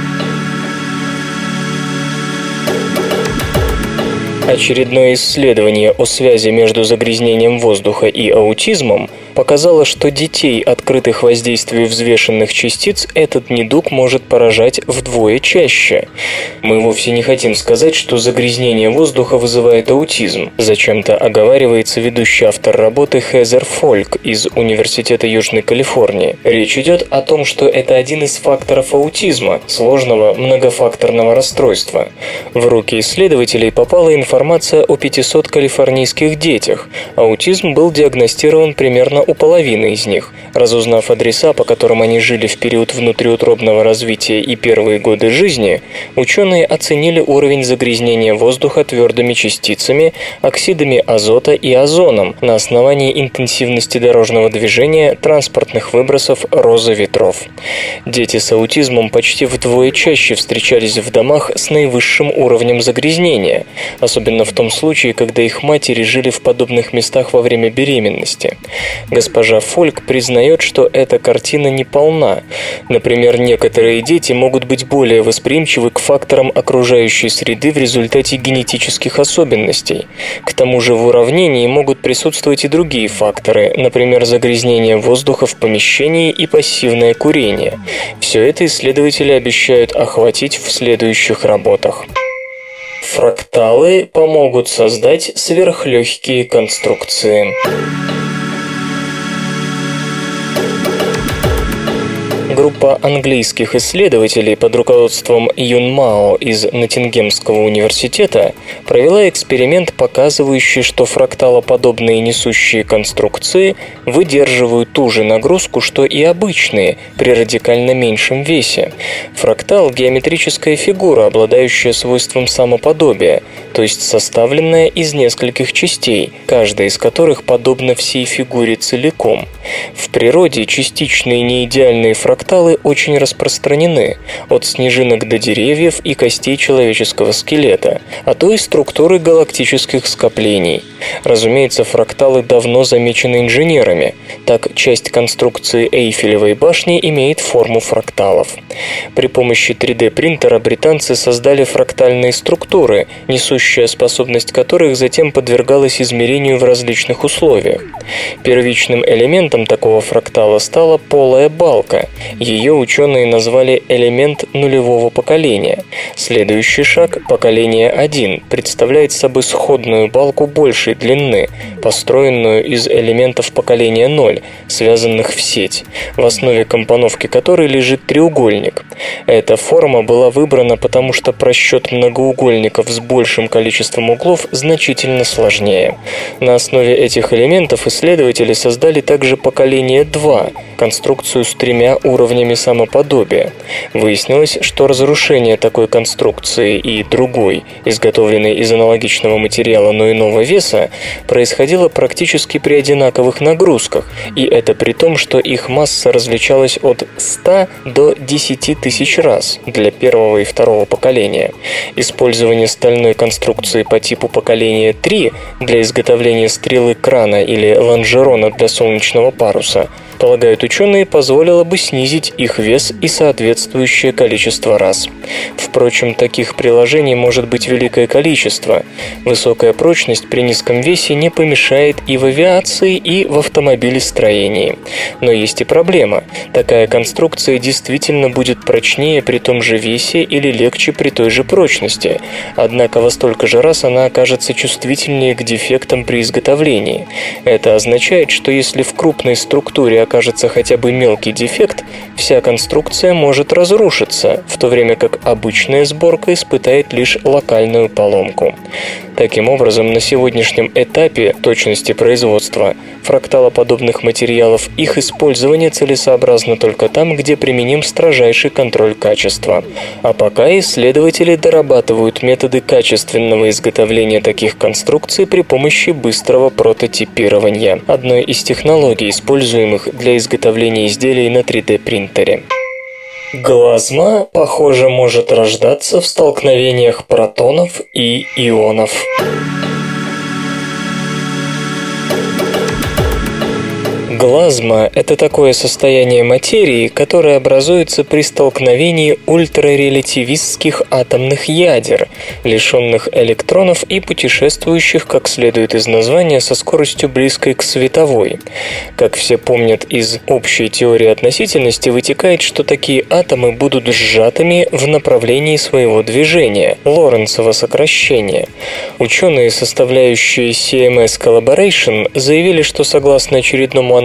Очередное исследование о связи между загрязнением воздуха и аутизмом показало, что детей, открытых воздействию взвешенных частиц, этот недуг может поражать вдвое чаще. Мы вовсе не хотим сказать, что загрязнение воздуха вызывает аутизм. Зачем-то оговаривается ведущий автор работы Хезер Фольк из Университета Южной Калифорнии. Речь идет о том, что это один из факторов аутизма, сложного многофакторного расстройства. В руки исследователей попала информация о 500 калифорнийских детях. Аутизм был диагностирован примерно у половины из них. Разузнав адреса, по которым они жили в период внутриутробного развития и первые годы жизни, ученые оценили уровень загрязнения воздуха твердыми частицами, оксидами азота и озоном на основании интенсивности дорожного движения, транспортных выбросов, роза ветров. Дети с аутизмом почти вдвое чаще встречались в домах с наивысшим уровнем загрязнения, особенно в том случае, когда их матери жили в подобных местах во время беременности. Госпожа Фольк признает, что эта картина неполна. Например, некоторые дети могут быть более восприимчивы к факторам окружающей среды в результате генетических особенностей. К тому же в уравнении могут присутствовать и другие факторы, например, загрязнение воздуха в помещении и пассивное курение. Все это исследователи обещают охватить в следующих работах. Фракталы помогут создать сверхлегкие конструкции. Группа английских исследователей под руководством Юн Мао из Ноттингемского университета провела эксперимент, показывающий, что фракталоподобные несущие конструкции выдерживают ту же нагрузку, что и обычные, при радикально меньшем весе. Фрактал – геометрическая фигура, обладающая свойством самоподобия, то есть составленная из нескольких частей, каждая из которых подобна всей фигуре целиком. В природе частичные неидеальные фракталы очень распространены, от снежинок до деревьев и костей человеческого скелета, а то и структуры галактических скоплений. Разумеется, фракталы давно замечены инженерами. Так, часть конструкции Эйфелевой башни имеет форму фракталов. При помощи 3D-принтера британцы создали фрактальные структуры, несущая способность которых затем подвергалась измерению в различных условиях. Первичным элементом такого фрактала стала полая балка. Ее ученые назвали элемент нулевого поколения. Следующий шаг, поколение 1, представляет собой сходную балку большей длины, построенную из элементов поколения 0, связанных в сеть, в основе компоновки которой лежит треугольник. Эта форма была выбрана, потому что просчет многоугольников с большим количеством углов значительно сложнее. На основе этих элементов исследователи создали также поколение 2, конструкцию с 3 уровнями самоподобия. Выяснилось, что разрушение такой конструкции и другой, изготовленной из аналогичного материала, но иного веса, происходило практически при одинаковых нагрузках, и это при том, что их масса различалась от 100 до 10 тысяч раз для первого и второго поколения. Использование стальной конструкции по типу поколения 3 для изготовления стрелы крана или лонжерона для солнечного паруса, полагают ученые, позволило бы снизить их вес и соответствующее количество раз. Впрочем, таких приложений может быть великое количество. Высокая прочность при низком весе не помешает и в авиации, и в автомобилестроении. Но есть и проблема. Такая конструкция действительно будет прочнее при том же весе или легче при той же прочности. Однако во столько же раз она окажется чувствительнее к дефектам при изготовлении. Это означает, что если в крупной структуре окажется хотя бы мелкий дефект, вся конструкция может разрушиться, в то время как обычная сборка испытает лишь локальную поломку. Таким образом, на сегодняшнем этапе точности производства фракталоподобных материалов их использование целесообразно только там, где применим строжайший контроль качества. А пока исследователи дорабатывают методы качественного изготовления таких конструкций при помощи быстрого прототипирования, одной из технологий, используемых для изготовления изделий на 3D-принтере. Глазма, похоже, может рождаться в столкновениях протонов и ионов. Глазма – это такое состояние материи, которое образуется при столкновении ультрарелятивистских атомных ядер, лишенных электронов и путешествующих, как следует из названия, со скоростью близкой к световой. Как все помнят из общей теории относительности, вытекает, что такие атомы будут сжатыми в направлении своего движения – Лоренцово сокращение. Ученые, составляющие CMS Collaboration, заявили, что согласно очередному анализу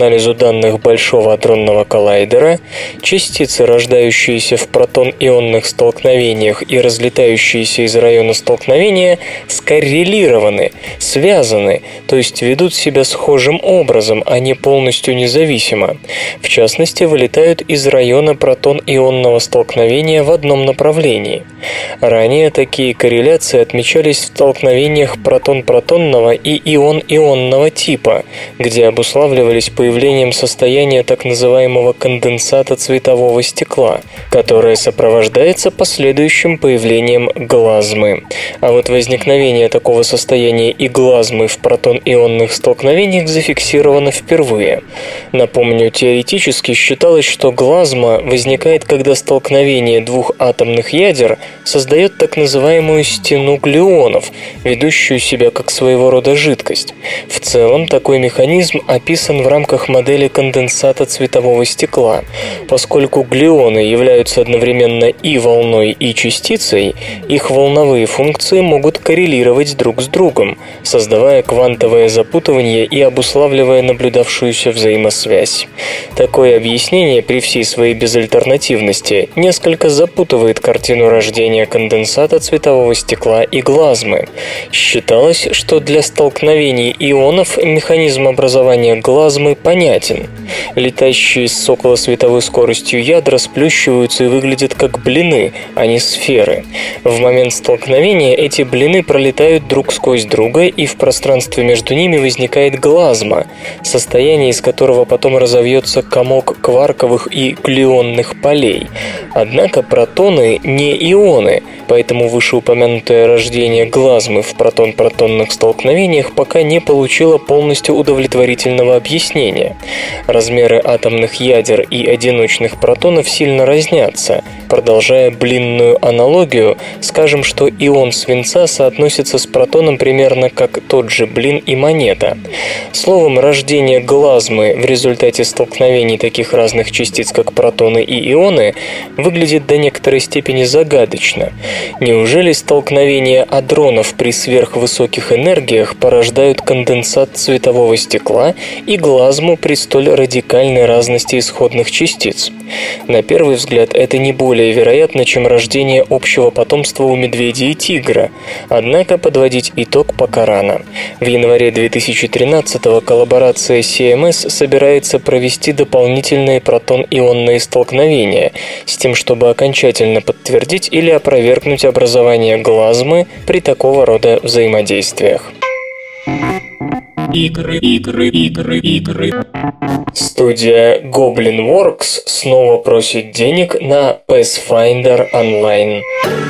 анализу данных Большого адронного коллайдера, частицы, рождающиеся в протон-ионных столкновениях и разлетающиеся из района столкновения, скоррелированы, связаны, то есть ведут себя схожим образом, а не полностью независимо. В частности, вылетают из района протон-ионного столкновения в одном направлении. Ранее такие корреляции отмечались в столкновениях протон-протонного и ион-ионного типа, где обуславливались появлением состояния так называемого конденсата цветового стекла, которое сопровождается последующим появлением глазмы. А вот возникновение такого состояния и глазмы в протон-ионных столкновениях зафиксировано впервые. Напомню, теоретически считалось, что глазма возникает, когда столкновение двух атомных ядер создает так называемую стену глюонов, ведущую себя как своего рода жидкость. В целом, такой механизм описан в рамках модели конденсата цветового стекла. Поскольку глюоны являются одновременно и волной, и частицей, их волновые функции могут коррелировать друг с другом, создавая квантовое запутывание и обуславливая наблюдавшуюся взаимосвязь. Такое объяснение при всей своей безальтернативности несколько запутывает картину рождения конденсата цветового стекла и глазмы. Считалось, что для столкновений ионов механизм образования глазмы понятен. Летящие с околосветовой скоростью ядра сплющиваются и выглядят как блины, а не сферы. В момент столкновения эти блины пролетают друг сквозь друга, и в пространстве между ними возникает глазма, состояние из которого потом разовьется комок кварковых и глюонных полей. Однако протоны не ионы, поэтому вышеупомянутое рождение глазмы в протон-протонных столкновениях пока не получило полностью удовлетворительного объяснения. Размеры атомных ядер и одиночных протонов сильно разнятся. Продолжая блинную аналогию, скажем, что ион свинца соотносится с протоном примерно как тот же блин и монета. Словом, рождение глазмы в результате столкновений таких разных частиц, как протоны и ионы, выглядит до некоторой степени загадочно. Неужели столкновения адронов при сверхвысоких энергиях порождают конденсат цветового стекла и глазму при столь радикальной разности исходных частиц? На первый взгляд, это не более вероятно, чем рождение общего потомства у медведя и тигра. Однако подводить итог пока рано. В январе 2013-го коллаборация CMS собирается провести дополнительные протон-ионные столкновения с тем, чтобы окончательно подтвердить или опровергнуть образование глазмы при такого рода взаимодействиях. Игры. Студия Goblin Works снова просит денег на Pathfinder Online.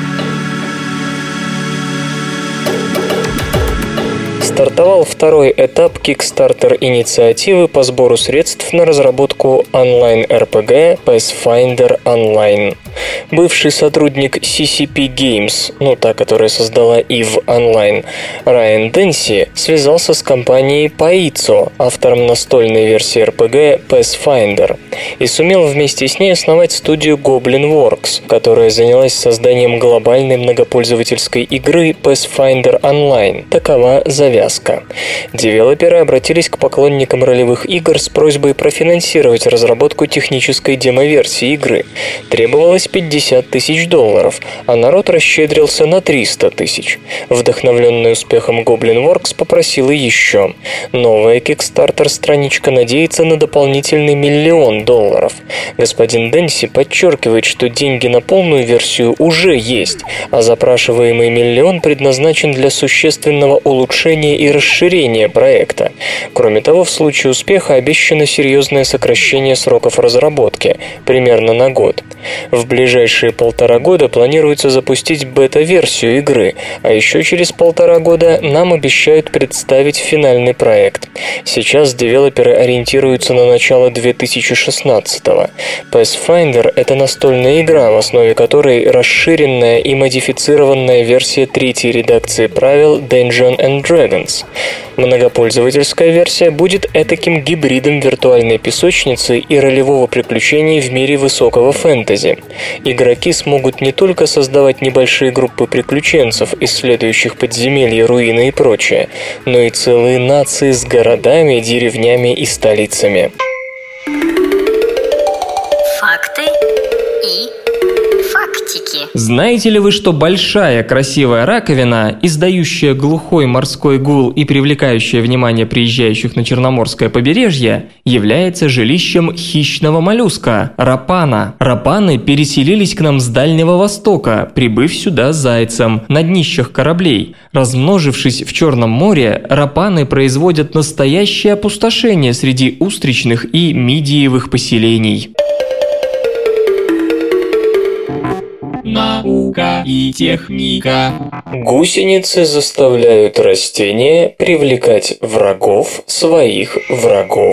Стартовал второй этап Kickstarter-инициативы по сбору средств на разработку онлайн-РПГ Pathfinder Online. Бывший сотрудник CCP Games, та, которая создала EVE Online, Райан Дэнси связался с компанией Paizo, автором настольной версии RPG Pathfinder, и сумел вместе с ней основать студию Goblin Works, которая занялась созданием глобальной многопользовательской игры Pathfinder Online. Такова завязка. Девелоперы обратились к поклонникам ролевых игр с просьбой профинансировать разработку технической демо-версии игры. Требовалось $50 тысяч, а народ расщедрился на $300 тысяч. Вдохновленный успехом Goblin Works попросила еще. Новая Kickstarter-страничка надеется на дополнительный $1 миллион. Господин Дэнси подчеркивает, что деньги на полную версию уже есть, а запрашиваемый $1 миллион предназначен для существенного улучшения и расширения проекта. Кроме того, в случае успеха обещано серьезное сокращение сроков разработки, примерно на год. В ближайшие 1,5 года планируется запустить бета-версию игры, а еще через 1,5 года нам обещают представить финальный проект. Сейчас девелоперы ориентируются на начало 2016-го. Pathfinder — это настольная игра, в основе которой расширенная и модифицированная версия 3-й редакции правил Dungeons and Dragons. Многопользовательская версия будет этаким гибридом виртуальной песочницы и ролевого приключения в мире высокого фэнтези. Игроки смогут не только создавать небольшие группы приключенцев, исследующих подземелья, руины и прочее, но и целые нации с городами, деревнями и столицами. мультики. Знаете ли вы, что большая красивая раковина, издающая глухой морской гул и привлекающая внимание приезжающих на Черноморское побережье, является жилищем хищного моллюска – рапана? Рапаны переселились к нам с Дальнего Востока, прибыв сюда зайцем на днищах кораблей. Размножившись в Черном море, рапаны производят настоящее опустошение среди устричных и мидиевых поселений. Наука и техника. Гусеницы заставляют растения привлекать врагов своих врагов.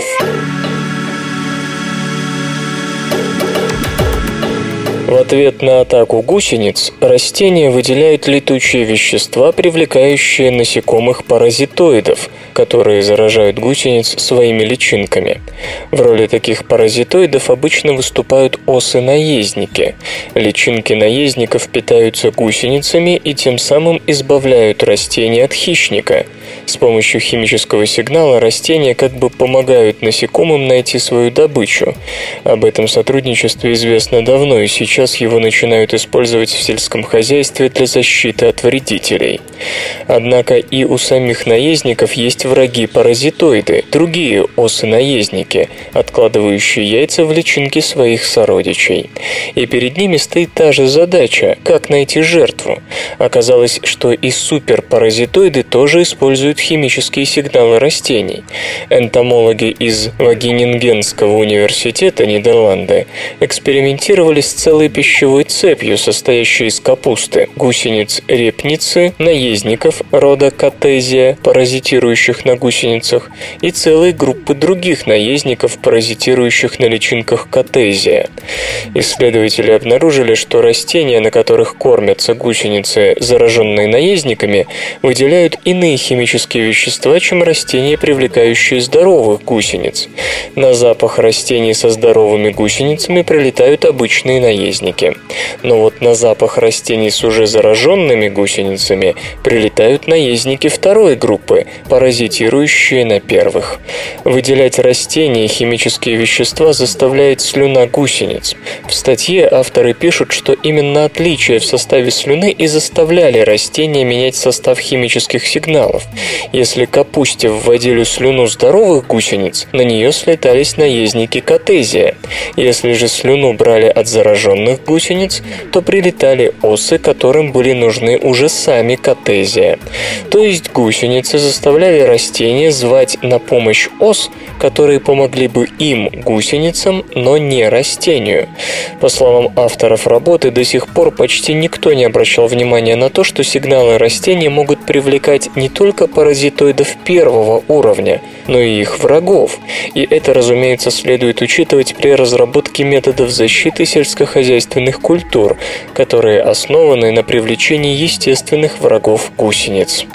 В ответ на атаку гусениц растения выделяют летучие вещества, привлекающие насекомых-паразитоидов, которые заражают гусениц своими личинками. В роли таких паразитоидов обычно выступают осы-наездники. Личинки наездников питаются гусеницами и тем самым избавляют растения от хищника. С помощью химического сигнала растения как бы помогают насекомым найти свою добычу. Об этом сотрудничестве известно давно, и сейчас его начинают использовать в сельском хозяйстве для защиты от вредителей. Однако и у самих наездников есть враги-паразитоиды, другие осы-наездники, откладывающие яйца в личинки своих сородичей. И перед ними стоит та же задача – как найти жертву. Оказалось, что и суперпаразитоиды тоже используют химические сигналы растений. Энтомологи из Вагенингенского университета, Нидерланды, экспериментировали с целой пищевой цепью, состоящей из капусты, гусениц-репницы, наездников рода Катезия, паразитирующих на гусеницах, и целой группы других наездников, паразитирующих на личинках Катезия. Исследователи обнаружили, что растения, на которых кормятся гусеницы, зараженные наездниками, выделяют иные химические вещества, чем растения, привлекающие здоровых гусениц. На запах растений со здоровыми гусеницами прилетают обычные наездники. Но вот на запах растений с уже зараженными гусеницами прилетают наездники второй группы, паразитирующие на первых. Выделять растения химические вещества заставляет слюна гусениц. В статье авторы пишут, что именно отличия в составе слюны и заставляли растения менять состав химических сигналов. Если капусте вводили слюну здоровых гусениц, на нее слетались наездники Катезия. Если же слюну брали от зараженных гусениц, то прилетали осы, которым были нужны уже сами Катезия. То есть гусеницы заставляли растения звать на помощь ос, которые помогли бы им, гусеницам, но не растению. По словам авторов работы, до сих пор почти никто не обращал внимания на то, что сигналы растений могут привлекать не только паразитоидов первого уровня, но и их врагов. И это, разумеется, следует учитывать при разработке методов защиты сельскохозяйственных культур, которые основаны на привлечении естественных врагов гусениц.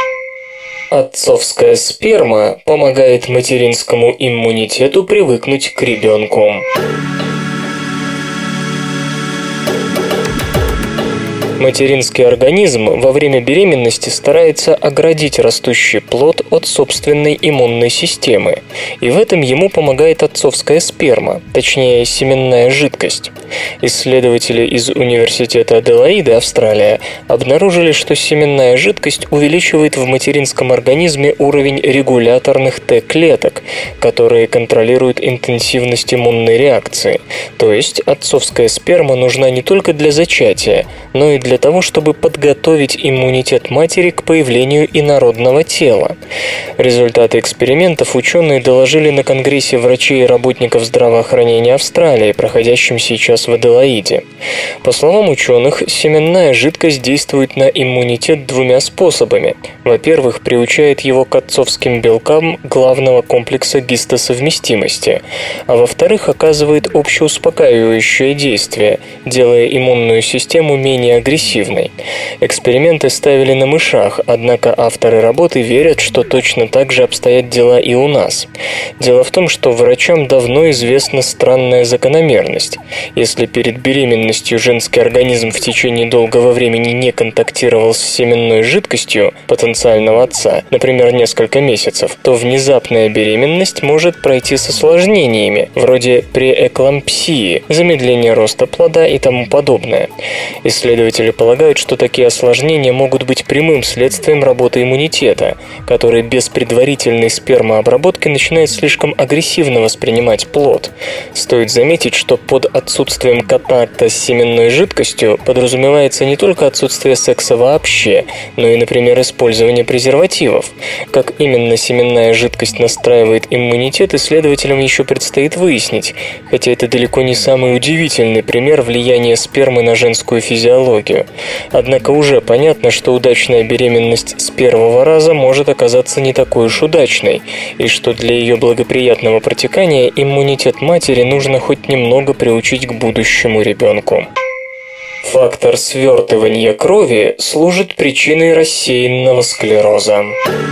Отцовская сперма помогает материнскому иммунитету привыкнуть к ребенку. Материнский организм во время беременности старается оградить растущий плод от собственной иммунной системы, и в этом ему помогает отцовская сперма, точнее семенная жидкость. Исследователи из Университета Аделаиды, Австралия, обнаружили, что семенная жидкость увеличивает в материнском организме уровень регуляторных Т-клеток, которые контролируют интенсивность иммунной реакции. То есть отцовская сперма нужна не только для зачатия, но и для того, чтобы подготовить иммунитет матери к появлению инородного тела. Результаты экспериментов ученые доложили на Конгрессе врачей и работников здравоохранения Австралии, проходящем сейчас в Аделаиде. По словам ученых, семенная жидкость действует на иммунитет двумя способами. Во-первых, приучает его к отцовским белкам главного комплекса гистосовместимости, а во-вторых, оказывает общеуспокаивающее действие, делая иммунную систему менее агрессивной агрессивной. Эксперименты ставили на мышах, однако авторы работы верят, что точно так же обстоят дела и у нас. Дело в том, что врачам давно известна странная закономерность. Если перед беременностью женский организм в течение долгого времени не контактировал с семенной жидкостью потенциального отца, например, несколько месяцев, то внезапная беременность может пройти с осложнениями, вроде преэклампсии, замедления роста плода и тому подобное. Исследователи полагают, что такие осложнения могут быть прямым следствием работы иммунитета, который без предварительной спермообработки начинает слишком агрессивно воспринимать плод. Стоит заметить, что под отсутствием контакта с семенной жидкостью подразумевается не только отсутствие секса вообще, но и, например, использование презервативов. Как именно семенная жидкость настраивает иммунитет, исследователям еще предстоит выяснить, хотя это далеко не самый удивительный пример влияния спермы на женскую физиологию. Однако уже понятно, что удачная беременность с первого раза может оказаться не такой уж удачной, и что для ее благоприятного протекания иммунитет матери нужно хоть немного приучить к будущему ребенку. Фактор свертывания крови служит причиной рассеянного склероза.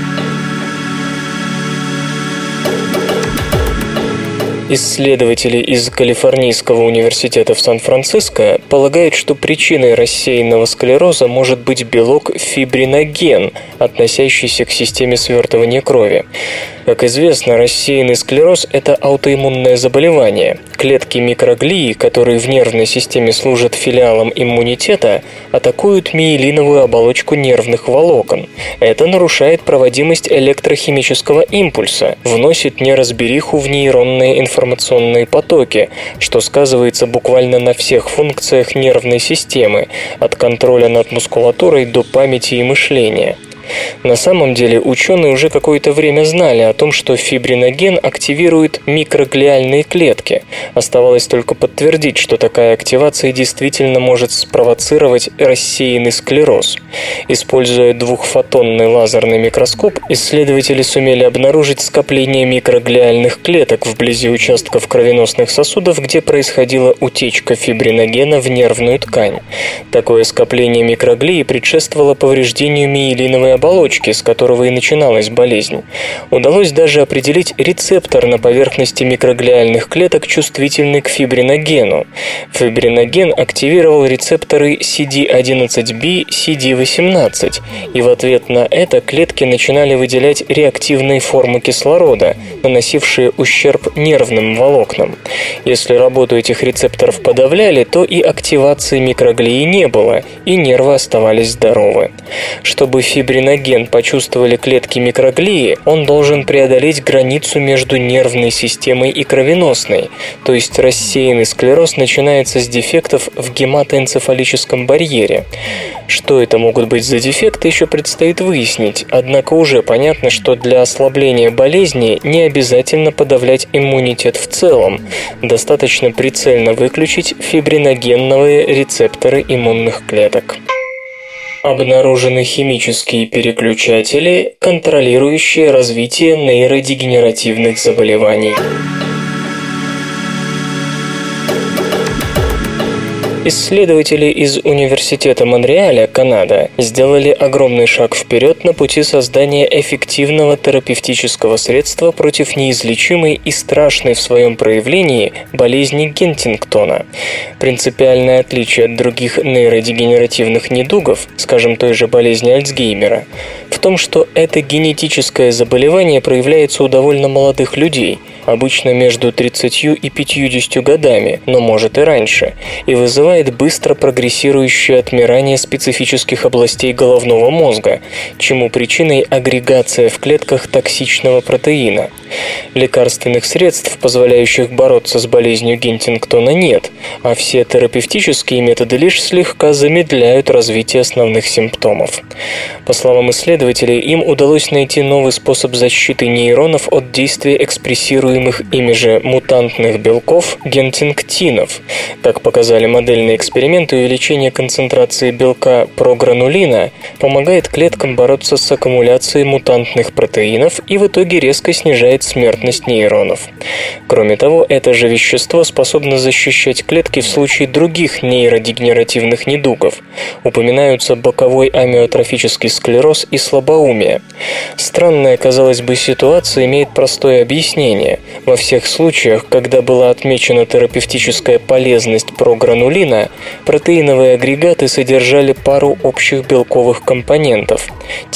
Исследователи из Калифорнийского университета в Сан-Франциско полагают, что причиной рассеянного склероза может быть белок фибриноген, относящийся к системе свертывания крови. Как известно, рассеянный склероз – это аутоиммунное заболевание. Клетки микроглии, которые в нервной системе служат филиалом иммунитета, атакуют миелиновую оболочку нервных волокон. Это нарушает проводимость электрохимического импульса, вносит неразбериху в нейронные информационные потоки, что сказывается буквально на всех функциях нервной системы, от контроля над мускулатурой до памяти и мышления. На самом деле ученые уже какое-то время знали о том, что фибриноген активирует микроглиальные клетки. Оставалось только подтвердить, что такая активация действительно может спровоцировать рассеянный склероз. Используя двухфотонный лазерный микроскоп, исследователи сумели обнаружить скопление микроглиальных клеток вблизи участков кровеносных сосудов, где происходила утечка фибриногена в нервную ткань. Такое скопление микроглии предшествовало повреждению миелиновой оболочки, с которого и начиналась болезнь. Удалось даже определить рецептор на поверхности микроглиальных клеток, чувствительный к фибриногену. Фибриноген активировал рецепторы CD11B, CD18, и в ответ на это клетки начинали выделять реактивные формы кислорода, наносившие ущерб нервным волокнам. Если работу этих рецепторов подавляли, то и активации микроглии не было, и нервы оставались здоровы. Чтобы фибриноген почувствовали клетки микроглии, он должен преодолеть границу между нервной системой и кровеносной, то есть рассеянный склероз начинается с дефектов в гематоэнцефалическом барьере. Что это могут быть за дефекты, еще предстоит выяснить, однако уже понятно, что для ослабления болезни не обязательно подавлять иммунитет в целом, достаточно прицельно выключить фибриногенные рецепторы иммунных клеток. Обнаружены химические переключатели, контролирующие развитие нейродегенеративных заболеваний. Исследователи из Университета Монреаля, Канада, сделали огромный шаг вперед на пути создания эффективного терапевтического средства против неизлечимой и страшной в своем проявлении болезни Гентингтона. Принципиальное отличие от других нейродегенеративных недугов, скажем, той же болезни Альцгеймера, в том, что это генетическое заболевание проявляется у довольно молодых людей, обычно между 30 и 50 годами, но может и раньше, и вызывает быстро прогрессирующее отмирание специфических областей головного мозга, чему причиной агрегация в клетках токсичного протеина. Лекарственных средств, позволяющих бороться с болезнью Гентингтона, нет, а все терапевтические методы лишь слегка замедляют развитие основных симптомов. По словам исследователей, им удалось найти новый способ защиты нейронов от действия экспрессируемой именуемых ими же мутантных белков гентинктинов. Как показали модельные эксперименты, увеличение концентрации белка програнулина помогает клеткам бороться с аккумуляцией мутантных протеинов и в итоге резко снижает смертность нейронов. Кроме того, это же вещество способно защищать клетки в случае других нейродегенеративных недугов. Упоминаются боковой амиотрофический склероз и слабоумие. Странная, казалось бы, ситуация имеет простое объяснение. Во всех случаях, когда была отмечена терапевтическая полезность програнулина, протеиновые агрегаты содержали пару общих белковых компонентов –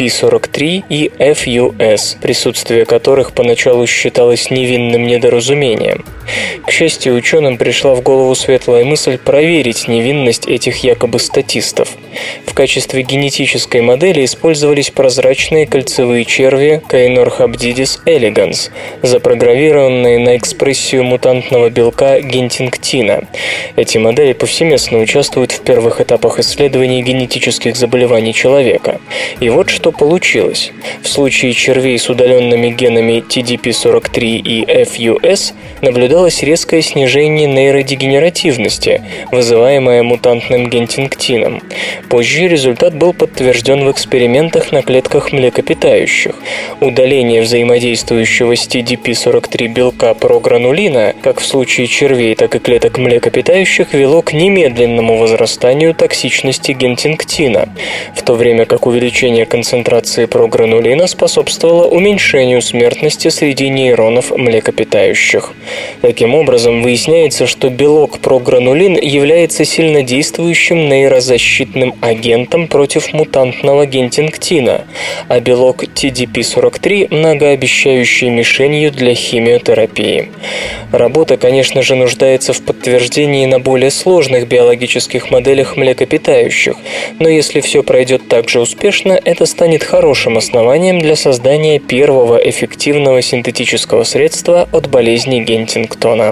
TDP-43 и FUS, присутствие которых поначалу считалось невинным недоразумением. К счастью, ученым пришла в голову светлая мысль проверить невинность этих якобы статистов. В качестве генетической модели использовались прозрачные кольцевые черви Caenorhabditis elegans, запрограммированные на экспрессию мутантного белка гентинктина. Эти модели повсеместно участвуют в первых этапах исследований генетических заболеваний человека. И вот что получилось. В случае червей с удаленными генами TDP-43 и FUS наблюдалось резкое снижение нейродегенеративности, вызываемое мутантным гентинктином. Позже результат был подтвержден в экспериментах на клетках млекопитающих. Удаление взаимодействующего с TDP-43 белка програнулина, как в случае червей, так и клеток млекопитающих, вело к немедленному возрастанию токсичности гентинктина, в то время как увеличение концентрации програнулина способствовало уменьшению смертности среди нейронов млекопитающих. Таким образом, выясняется, что белок програнулин является сильнодействующим нейрозащитным агентом против мутантного гентинктина, а белок TDP-43 – многообещающей мишенью для химиотерапии. Работа, конечно же, нуждается в подтверждении на более сложных биологических моделях млекопитающих, но если все пройдет так же успешно, это станет хорошим основанием для создания первого эффективного синтетического средства от болезни Гентингтона.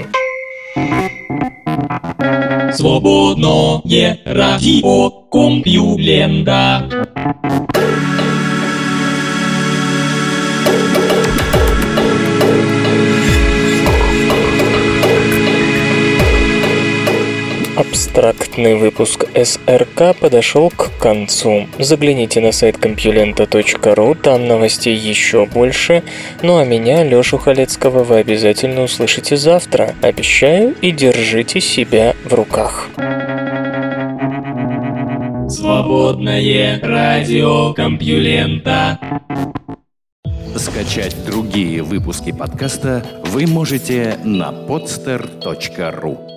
Свободное радио Компьюлента. Абстрактный выпуск СРК подошел к концу. Загляните на сайт compulenta.ru, там новостей еще больше. Ну а меня, Лешу Халецкого, вы обязательно услышите завтра. Обещаю, и держите себя в руках. Свободное радио Компьюлента. Скачать другие выпуски подкаста вы можете на podster.ru.